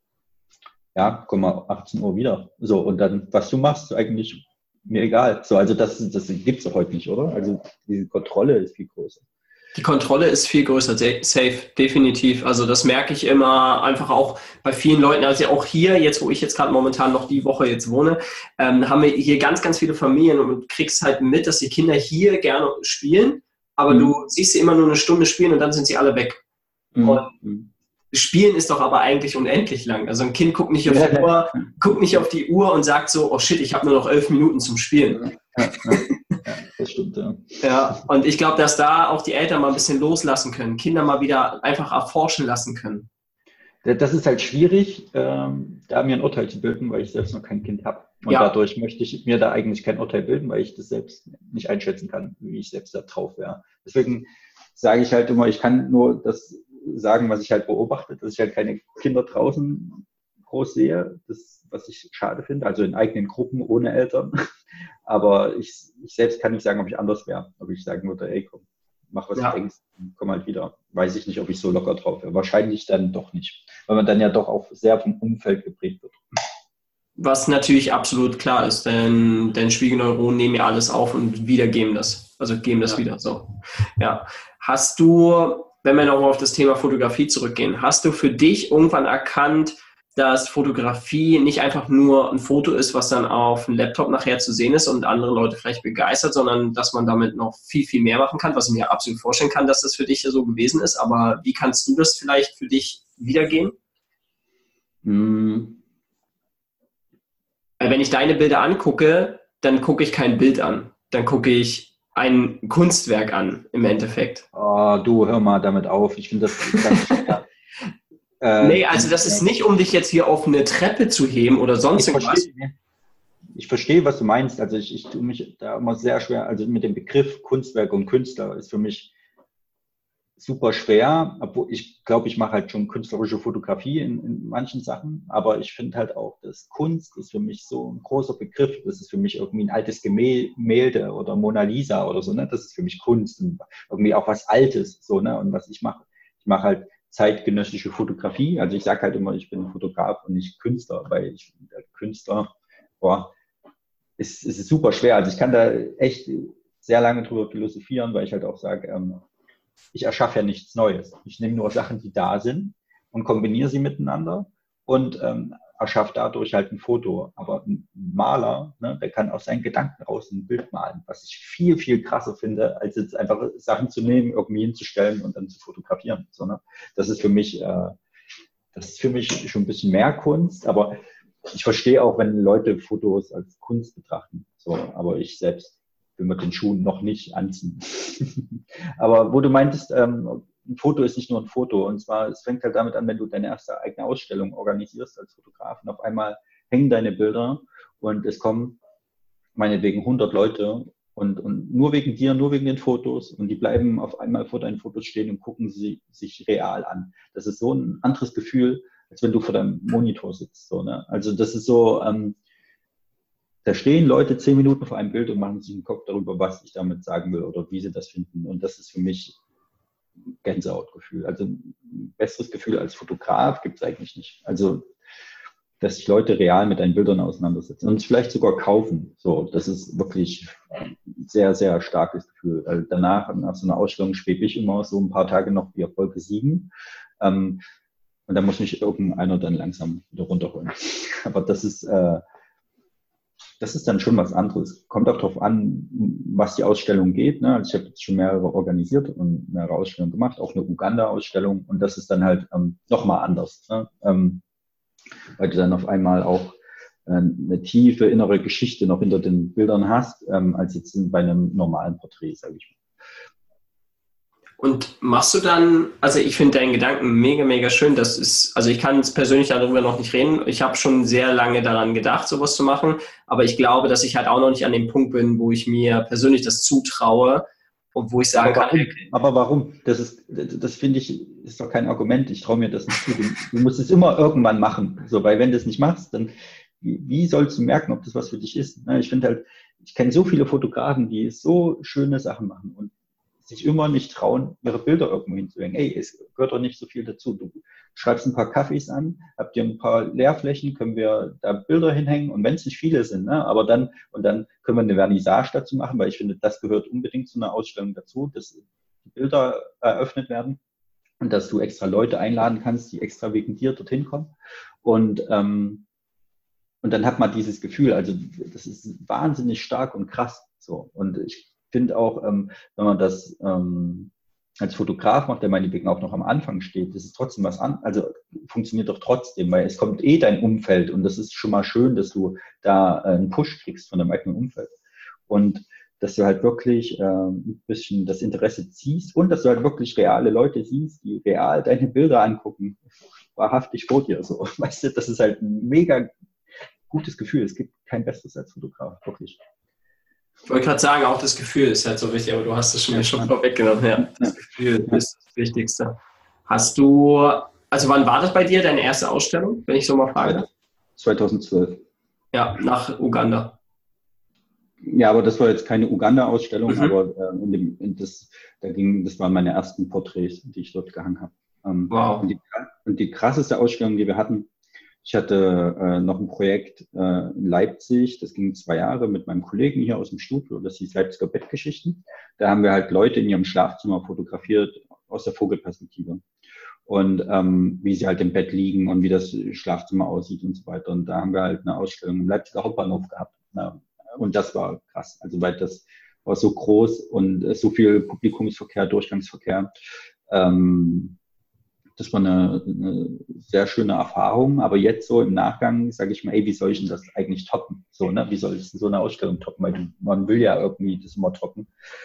ja, komm mal 18 Uhr wieder. So, und dann, was du machst, eigentlich mir egal. So, also das gibt es doch heute nicht, oder? Also diese Kontrolle ist viel größer. Die Kontrolle ist viel größer, safe, definitiv. Also das merke ich immer einfach auch bei vielen Leuten. Also auch hier, jetzt wo ich jetzt gerade momentan noch die Woche jetzt wohne, haben wir hier ganz, ganz viele Familien und du kriegst halt mit, dass die Kinder hier gerne spielen, aber du siehst sie immer nur eine Stunde spielen und dann sind sie alle weg. Und Spielen ist doch aber eigentlich unendlich lang. Also ein Kind guckt nicht auf die Uhr und sagt so, oh shit, ich habe nur noch 11 Minuten zum Spielen. Ja, das stimmt, ja. Ja, und ich glaube, dass da auch die Eltern mal ein bisschen loslassen können, Kinder mal wieder einfach erforschen lassen können. Das ist halt schwierig, da mir ein Urteil zu bilden, weil ich selbst noch kein Kind habe. Und dadurch möchte ich mir da eigentlich kein Urteil bilden, weil ich das selbst nicht einschätzen kann, wie ich selbst da drauf wäre. Deswegen sage ich halt immer, ich kann nur das sagen, was ich halt beobachte, dass ich halt keine Kinder draußen groß sehe, das, was ich schade finde, also in eigenen Gruppen ohne Eltern. Aber ich selbst kann nicht sagen, ob ich anders wäre, ob ich sagen würde, ey, komm, mach was du denkst, komm halt wieder. Weiß ich nicht, ob ich so locker drauf wäre. Wahrscheinlich dann doch nicht, weil man dann ja doch auch sehr vom Umfeld geprägt wird. Was natürlich absolut klar ist, denn Spiegelneuronen nehmen ja alles auf und wiedergeben das. Also geben das wieder so. Ja. Hast du, wenn wir nochmal auf das Thema Fotografie zurückgehen, hast du für dich irgendwann erkannt, dass Fotografie nicht einfach nur ein Foto ist, was dann auf dem Laptop nachher zu sehen ist und andere Leute vielleicht begeistert, sondern dass man damit noch viel, viel mehr machen kann, was ich mir absolut vorstellen kann, dass das für dich so gewesen ist. Aber wie kannst du das vielleicht für dich wiedergeben? Weil wenn ich deine Bilder angucke, dann gucke ich kein Bild an. Dann gucke ich ein Kunstwerk an, im Endeffekt. Oh, du, hör mal damit auf. Ich finde das ganz schwer. Nee, also das ist nicht, um dich jetzt hier auf eine Treppe zu heben oder sonst irgendwas. Ich verstehe, was du meinst. Also ich tue mich da immer sehr schwer. Also mit dem Begriff Kunstwerk und Künstler ist für mich super schwer. Obwohl ich glaube, ich mache halt schon künstlerische Fotografie in manchen Sachen. Aber ich finde halt auch, dass Kunst ist für mich so ein großer Begriff. Das ist für mich irgendwie ein altes Gemälde oder Mona Lisa oder so. Ne? Das ist für mich Kunst und irgendwie auch was Altes. So, ne? Und was ich mache halt zeitgenössische Fotografie. Also ich sage halt immer, ich bin Fotograf und nicht Künstler, weil ich Künstler, es ist super schwer. Also ich kann da echt sehr lange drüber philosophieren, weil ich halt auch sage, ich erschaffe ja nichts Neues. Ich nehme nur Sachen, die da sind und kombiniere sie miteinander und erschafft dadurch halt ein Foto. Aber ein Maler, ne, der kann aus seinen Gedanken raus ein Bild malen, was ich viel, viel krasser finde, als jetzt einfach Sachen zu nehmen, irgendwie hinzustellen und dann zu fotografieren. So, ne? Das ist für mich schon ein bisschen mehr Kunst, aber ich verstehe auch, wenn Leute Fotos als Kunst betrachten. So, aber ich selbst will mir den Schuh noch nicht anziehen. Aber wo du meintest, ein Foto ist nicht nur ein Foto. Und zwar, es fängt halt damit an, wenn du deine erste eigene Ausstellung organisierst als Fotograf und auf einmal hängen deine Bilder und es kommen meinetwegen 100 Leute und nur wegen dir, nur wegen den Fotos und die bleiben auf einmal vor deinen Fotos stehen und gucken sie sich real an. Das ist so ein anderes Gefühl, als wenn du vor deinem Monitor sitzt. So, ne? Also das ist so, da stehen Leute 10 Minuten vor einem Bild und machen sich einen Kopf darüber, was ich damit sagen will oder wie sie das finden. Und das ist für mich Gänsehautgefühl. Also ein besseres Gefühl als Fotograf gibt es eigentlich nicht. Also, dass sich Leute real mit deinen Bildern auseinandersetzen und es vielleicht sogar kaufen. So, das ist wirklich ein sehr, sehr starkes Gefühl. Also danach, nach so einer Ausstellung, schwebe ich immer so ein paar Tage noch wie Erfolge siegen. Und dann muss mich irgendeiner dann langsam wieder runterholen. Aber das ist dann schon was anderes. Kommt auch darauf an, was die Ausstellung geht. Ne? Also ich habe jetzt schon mehrere organisiert und mehrere Ausstellungen gemacht, auch eine Uganda-Ausstellung. Und das ist dann halt nochmal anders. Ne? Weil du dann auf einmal auch eine tiefe innere Geschichte noch hinter den Bildern hast, als jetzt bei einem normalen Porträt, sage ich mal. Und machst du dann, also ich finde deinen Gedanken mega, mega schön. Das ist, also ich kann jetzt persönlich darüber noch nicht reden. Ich habe schon sehr lange daran gedacht, sowas zu machen. Aber ich glaube, dass ich halt auch noch nicht an dem Punkt bin, wo ich mir persönlich das zutraue, Und wo ich sagen kann, aber warum? Das finde ich, ist doch kein Argument. Ich traue mir das nicht zu. Du musst es immer irgendwann machen. So, weil wenn du es nicht machst, dann wie sollst du merken, ob das was für dich ist? Ich finde halt, ich kenne so viele Fotografen, die so schöne Sachen machen und sich immer nicht trauen, ihre Bilder irgendwo hinzuhängen. Ey, es gehört doch nicht so viel dazu. Du schreibst ein paar Kaffees an, habt ihr ein paar Leerflächen, können wir da Bilder hinhängen und wenn es nicht viele sind, ne, aber dann können wir eine Vernissage dazu machen, weil ich finde, das gehört unbedingt zu einer Ausstellung dazu, dass die Bilder eröffnet werden und dass du extra Leute einladen kannst, die extra wegen dir dorthin kommen und dann hat man dieses Gefühl, also das ist wahnsinnig stark und krass so und ich finde auch, wenn man das als Fotograf macht, der meinetwegen auch noch am Anfang steht, das ist trotzdem was an, also funktioniert doch trotzdem, weil es kommt dein Umfeld und das ist schon mal schön, dass du da einen Push kriegst von deinem eigenen Umfeld und dass du halt wirklich ein bisschen das Interesse ziehst und dass du halt wirklich reale Leute siehst, die real deine Bilder angucken, wahrhaftig vor dir, so, weißt du, das ist halt ein mega gutes Gefühl, es gibt kein Besseres als Fotograf, wirklich. Ich wollte gerade sagen, auch das Gefühl ist halt so wichtig, aber du hast es schon vorweggenommen. Ja, das Gefühl ist das Wichtigste. Hast du, also wann war das bei dir, deine erste Ausstellung, wenn ich so mal frage? 2012. Ja, nach Uganda. Ja, aber das war jetzt keine Uganda-Ausstellung, aber das waren meine ersten Porträts, die ich dort gehangen habe. Wow. Und die krasseste Ausstellung, die wir hatten, ich hatte noch ein Projekt in Leipzig, das ging 2 Jahre mit meinem Kollegen hier aus dem Studio, das hieß Leipziger Bettgeschichten. Da haben wir halt Leute in ihrem Schlafzimmer fotografiert aus der Vogelperspektive und wie sie halt im Bett liegen und wie das Schlafzimmer aussieht und so weiter. Und da haben wir halt eine Ausstellung im Leipziger Hauptbahnhof gehabt. Und das war krass, also weil das war so groß und so viel Publikumsverkehr, Durchgangsverkehr. Das war eine sehr schöne Erfahrung, aber jetzt so im Nachgang sage ich mir, ey, wie soll ich denn das eigentlich toppen? So, ne? Wie soll ich denn so eine Ausstellung toppen? Weil man will ja irgendwie das immer toppen.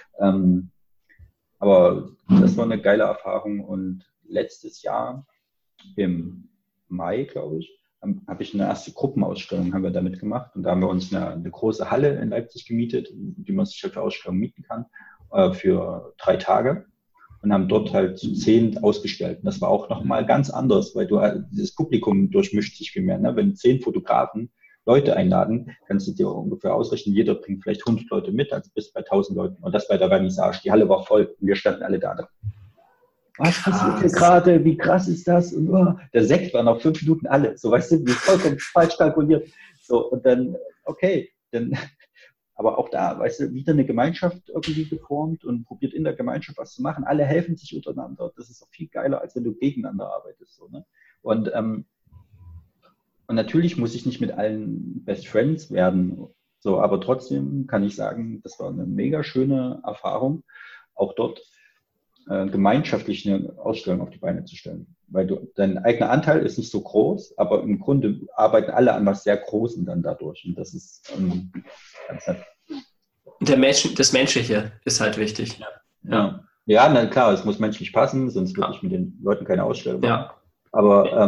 Aber das war eine geile Erfahrung und letztes Jahr im Mai, glaube ich, habe ich eine erste Gruppenausstellung, haben wir damit gemacht und da haben wir uns eine große Halle in Leipzig gemietet, die man sich halt für Ausstellungen mieten kann, für 3 Tage. Und haben dort halt zu 10 ausgestellt. Und das war auch nochmal ganz anders, weil das Publikum durchmischt sich viel mehr. Ne? Wenn 10 Fotografen Leute einladen, kannst du dir ungefähr ausrechnen, jeder bringt vielleicht 100 Leute mit, also bis bei 1000 Leuten. Und das bei der Vernissage. Die Halle war voll und wir standen alle da. Was passiert hier gerade? Wie krass ist das? Und der Sekt war nach 5 Minuten alle. So, weißt du, wie vollkommen falsch kalkuliert. So, und dann, okay, dann... Aber auch da, weißt du, wieder eine Gemeinschaft irgendwie geformt und probiert in der Gemeinschaft was zu machen. Alle helfen sich untereinander. Das ist doch viel geiler, als wenn du gegeneinander arbeitest. So, ne? Und natürlich muss ich nicht mit allen Best Friends werden. So, aber trotzdem kann ich sagen, das war eine mega schöne Erfahrung, auch dort gemeinschaftlich eine Ausstellung auf die Beine zu stellen. Weil dein eigener Anteil ist nicht so groß, aber im Grunde arbeiten alle an was sehr Großem dann dadurch. Und das ist ganz nett. Das Menschliche ist halt wichtig. Ja, na klar, es muss menschlich passen, sonst würde ich mit den Leuten keine Ausstellung machen. Ja. Aber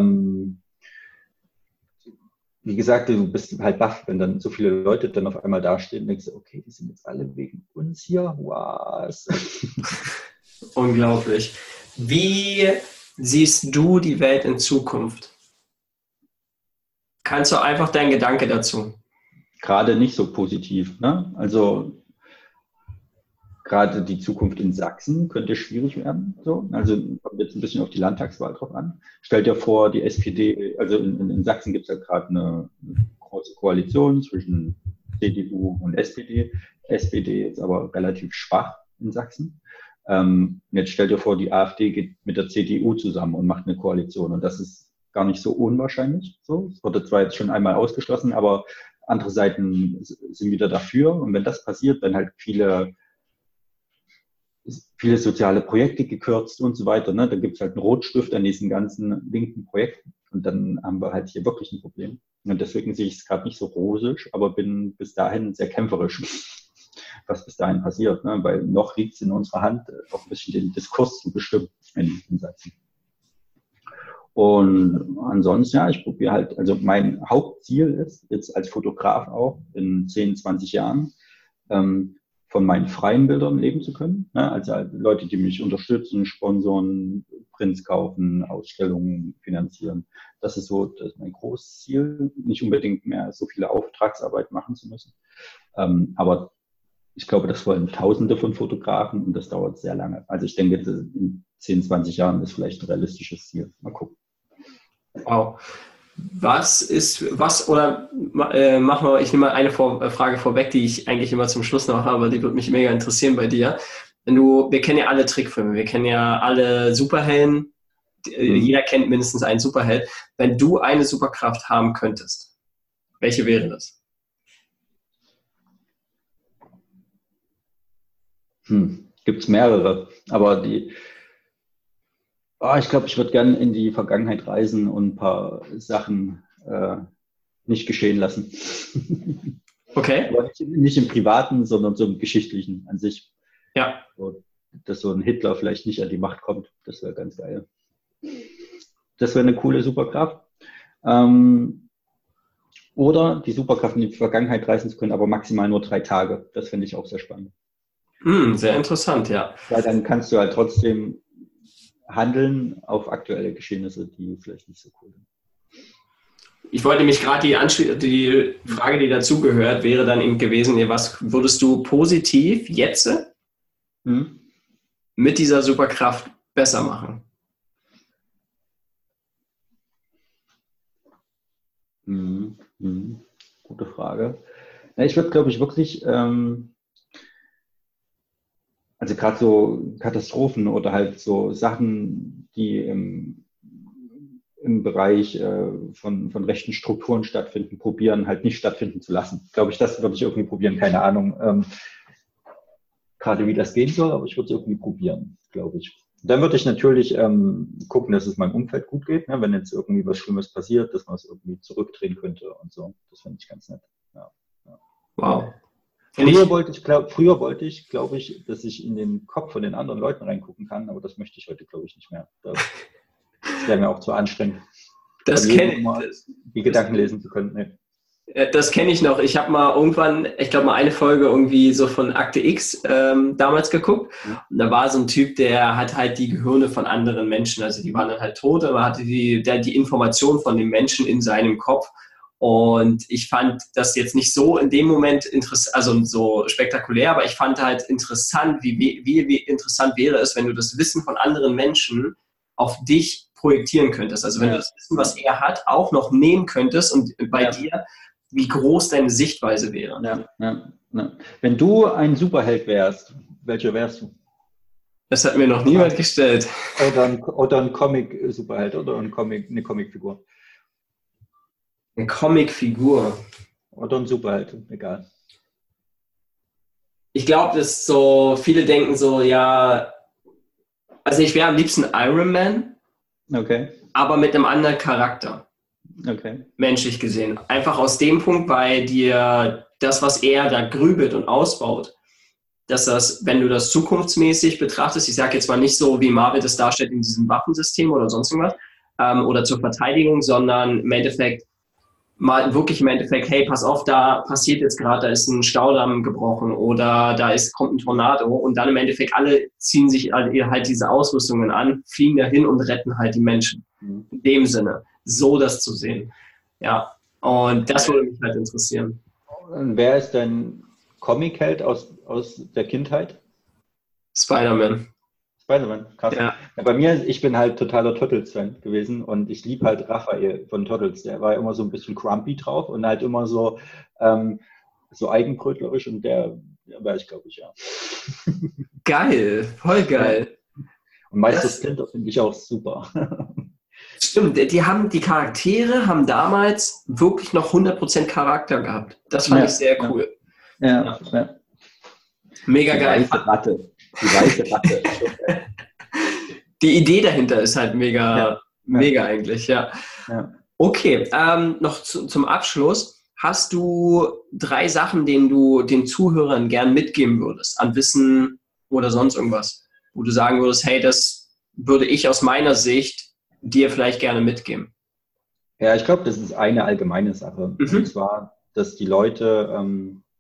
wie gesagt, du bist halt baff, wenn dann so viele Leute dann auf einmal dastehen und denkst, okay, die sind jetzt alle wegen uns hier. Was? Unglaublich. Wie siehst du die Welt in Zukunft? Kannst du einfach deinen Gedanke dazu? Gerade nicht so positiv. Ne? Also gerade die Zukunft in Sachsen könnte schwierig werden. So. Also kommt jetzt ein bisschen auf die Landtagswahl drauf an. Stell dir vor, die SPD, also in Sachsen gibt es ja gerade eine große Koalition zwischen CDU und SPD. SPD ist aber relativ schwach in Sachsen. Jetzt stell dir vor, die AfD geht mit der CDU zusammen und macht eine Koalition. Und das ist gar nicht so unwahrscheinlich. So. Es wurde zwar jetzt schon einmal ausgeschlossen, aber andere Seiten sind wieder dafür. Und wenn das passiert, dann halt viele soziale Projekte gekürzt und so weiter. Ne? Da gibt es halt einen Rotstift an diesen ganzen linken Projekten. Und dann haben wir halt hier wirklich ein Problem. Und deswegen sehe ich es gerade nicht so rosig, aber bin bis dahin sehr kämpferisch, was bis dahin passiert. Ne? Weil noch liegt es in unserer Hand, auch ein bisschen den Diskurs zu bestimmen in Sachsen. Und ansonsten, ja, ich probiere halt, also mein Hauptziel ist, jetzt als Fotograf auch in 10, 20 Jahren, von von meinen freien Bildern leben zu können. Ne? Also Leute, die mich unterstützen, sponsoren, Prints kaufen, Ausstellungen finanzieren. Das ist mein großes Ziel, nicht unbedingt mehr so viele Auftragsarbeit machen zu müssen. Aber ich glaube, das wollen Tausende von Fotografen und das dauert sehr lange. Also ich denke, in 10, 20 Jahren ist vielleicht ein realistisches Ziel. Mal gucken. Wow. Machen wir, ich nehme mal eine Frage vorweg, die ich eigentlich immer zum Schluss noch habe, aber die würde mich mega interessieren bei dir. Wir kennen ja alle Trickfilme, wir kennen ja alle Superhelden, jeder kennt mindestens einen Superheld. Wenn du eine Superkraft haben könntest, welche wäre das? Gibt es mehrere, aber ich glaube, ich würde gerne in die Vergangenheit reisen und ein paar Sachen nicht geschehen lassen. Okay. Aber nicht im Privaten, sondern so im Geschichtlichen an sich. Ja. Dass so ein Hitler vielleicht nicht an die Macht kommt, das wäre ganz geil. Das wäre eine coole Superkraft. Oder die Superkraft in die Vergangenheit reisen zu können, aber maximal nur 3 Tage. Das finde ich auch sehr spannend. Sehr interessant, ja. Weil dann kannst du halt trotzdem handeln auf aktuelle Geschehnisse, die vielleicht nicht so cool sind. Ich wollte nämlich gerade die Frage, die dazugehört, wäre dann eben gewesen, was würdest du positiv jetzt mit dieser Superkraft besser machen? Gute Frage. Ich würde, glaube ich, wirklich also gerade so Katastrophen oder halt so Sachen, die im Bereich von rechten Strukturen stattfinden, probieren halt nicht stattfinden zu lassen. Glaube ich, das würde ich irgendwie probieren, keine Ahnung, gerade wie das gehen soll, aber ich würde es irgendwie probieren, glaube ich. Dann würde ich natürlich gucken, dass es meinem Umfeld gut geht, ne? Wenn jetzt irgendwie was Schlimmes passiert, dass man es irgendwie zurückdrehen könnte und so. Das finde ich ganz nett. Ja. Wow. Früher wollte ich, glaube ich, dass ich in den Kopf von den anderen Leuten reingucken kann, aber das möchte ich heute, glaube ich, nicht mehr. Das wäre mir auch zu anstrengend. Das kenne ich. Die Gedanken lesen zu können. Nee. Das kenne ich noch. Ich habe mal irgendwann, ich glaube mal eine Folge irgendwie so von Akte X damals geguckt. Und da war so ein Typ, der hat halt die Gehirne von anderen Menschen, also die waren dann halt tot, aber hatte die Information von den Menschen in seinem Kopf. Und ich fand das jetzt nicht so in dem Moment also so spektakulär, aber ich fand halt interessant, wie interessant wäre es, wenn du das Wissen von anderen Menschen auf dich projektieren könntest. Also wenn du das Wissen, was er hat, auch noch nehmen könntest und bei dir, wie groß deine Sichtweise wäre. Ja. Wenn du ein Superheld wärst, welcher wärst du? Das hat mir noch niemand gestellt. Oder ein Comic-Superheld oder eine Comicfigur. Eine Comicfigur. Oder ein Superheld, egal. Ich glaube, dass so viele denken so, ja, also ich wäre am liebsten Iron Man, okay, aber mit einem anderen Charakter. Okay. Menschlich gesehen. Einfach aus dem Punkt, weil dir das, was er da grübelt und ausbaut, dass das, wenn du das zukunftsmäßig betrachtest, ich sage jetzt mal nicht so, wie Marvel das darstellt in diesem Waffensystem oder sonst irgendwas, oder zur Verteidigung, sondern im Endeffekt, hey, pass auf, da passiert jetzt gerade, da ist ein Staudamm gebrochen oder kommt ein Tornado und dann im Endeffekt alle ziehen sich halt diese Ausrüstungen an, fliegen dahin und retten halt die Menschen. In dem Sinne, so das zu sehen. Ja, und das würde mich halt interessieren. Und wer ist dein Comic-Held aus der Kindheit? Spider-Man. Spider-Man, krass. Ja. Ja, bei mir, ich bin halt totaler Turtles-Fan gewesen und ich liebe halt Raphael von Turtles. Der war immer so ein bisschen grumpy drauf und halt immer so eigenbrötlerisch und der war ich, glaube ich, ja. Geil, voll geil. Und Meister Splinter finde ich auch super. Stimmt, die Charaktere haben damals wirklich noch 100% Charakter gehabt. Das fand ich sehr cool. Ja. Mega geil. Die weiße Ratte. Die Idee dahinter ist halt mega eigentlich, ja. Okay, noch zum Abschluss. Hast du 3 Sachen, denen du den Zuhörern gern mitgeben würdest, an Wissen oder sonst irgendwas, wo du sagen würdest, hey, das würde ich aus meiner Sicht dir vielleicht gerne mitgeben? Ja, ich glaube, das ist eine allgemeine Sache. Und zwar, dass die Leute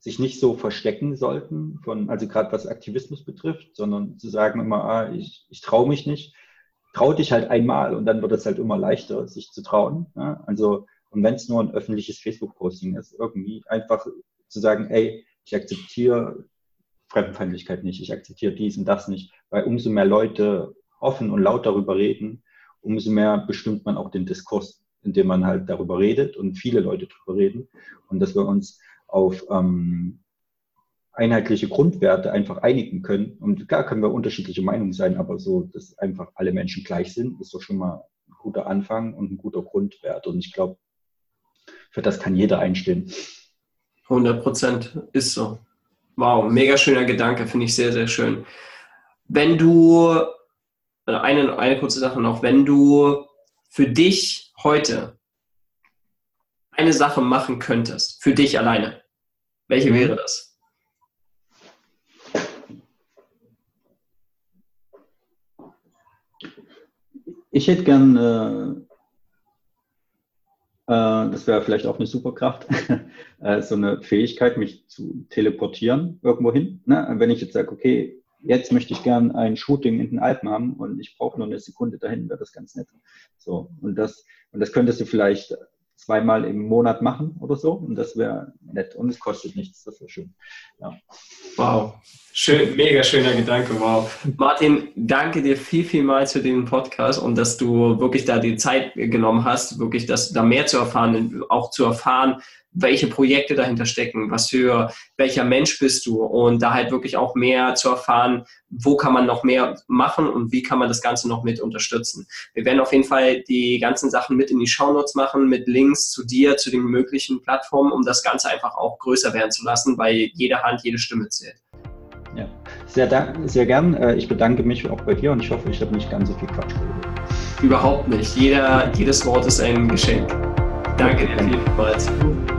sich nicht so verstecken sollten, also gerade was Aktivismus betrifft, sondern zu sagen immer, ich traue mich nicht. Trau dich halt einmal und dann wird es halt immer leichter, sich zu trauen. Ja? Also, und wenn es nur ein öffentliches Facebook-Posting ist, irgendwie einfach zu sagen, ey, ich akzeptiere Fremdenfeindlichkeit nicht, ich akzeptiere dies und das nicht, weil umso mehr Leute offen und laut darüber reden, umso mehr bestimmt man auch den Diskurs, indem man halt darüber redet und viele Leute darüber reden und dass wir uns auf einheitliche Grundwerte einfach einigen können. Und klar können wir unterschiedliche Meinungen sein, aber so, dass einfach alle Menschen gleich sind, ist doch schon mal ein guter Anfang und ein guter Grundwert. Und ich glaube, für das kann jeder einstehen. 100% ist so. Wow, mega schöner Gedanke, finde ich sehr, sehr schön. Wenn du, eine kurze Sache noch, wenn du für dich heute eine Sache machen könntest, für dich alleine, welche wäre das? Ich hätte gern, das wäre vielleicht auch eine Superkraft, so eine Fähigkeit, mich zu teleportieren irgendwo hin. Ne? Wenn ich jetzt sage, okay, jetzt möchte ich gern ein Shooting in den Alpen haben und ich brauche nur eine Sekunde dahin, wäre das ganz nett. So, und das könntest du vielleicht 2-mal im Monat machen oder so und das wäre nett und es kostet nichts, das wäre schön. Ja. Wow, schön, mega schöner Gedanke, wow. Martin, danke dir vielmals für den Podcast und dass du wirklich da die Zeit genommen hast, wirklich da mehr zu erfahren, auch zu erfahren, welche Projekte dahinter stecken, welcher Mensch bist du und da halt wirklich auch mehr zu erfahren, wo kann man noch mehr machen und wie kann man das Ganze noch mit unterstützen. Wir werden auf jeden Fall die ganzen Sachen mit in die Shownotes machen, mit Links zu dir, zu den möglichen Plattformen, um das Ganze einfach auch größer werden zu lassen, weil jede Hand, jede Stimme zählt. Ja, sehr gern. Ich bedanke mich auch bei dir und ich hoffe, ich habe nicht ganz so viel Quatsch geredet. Überhaupt nicht. Jedes Wort ist ein Geschenk. Danke dir vielmals.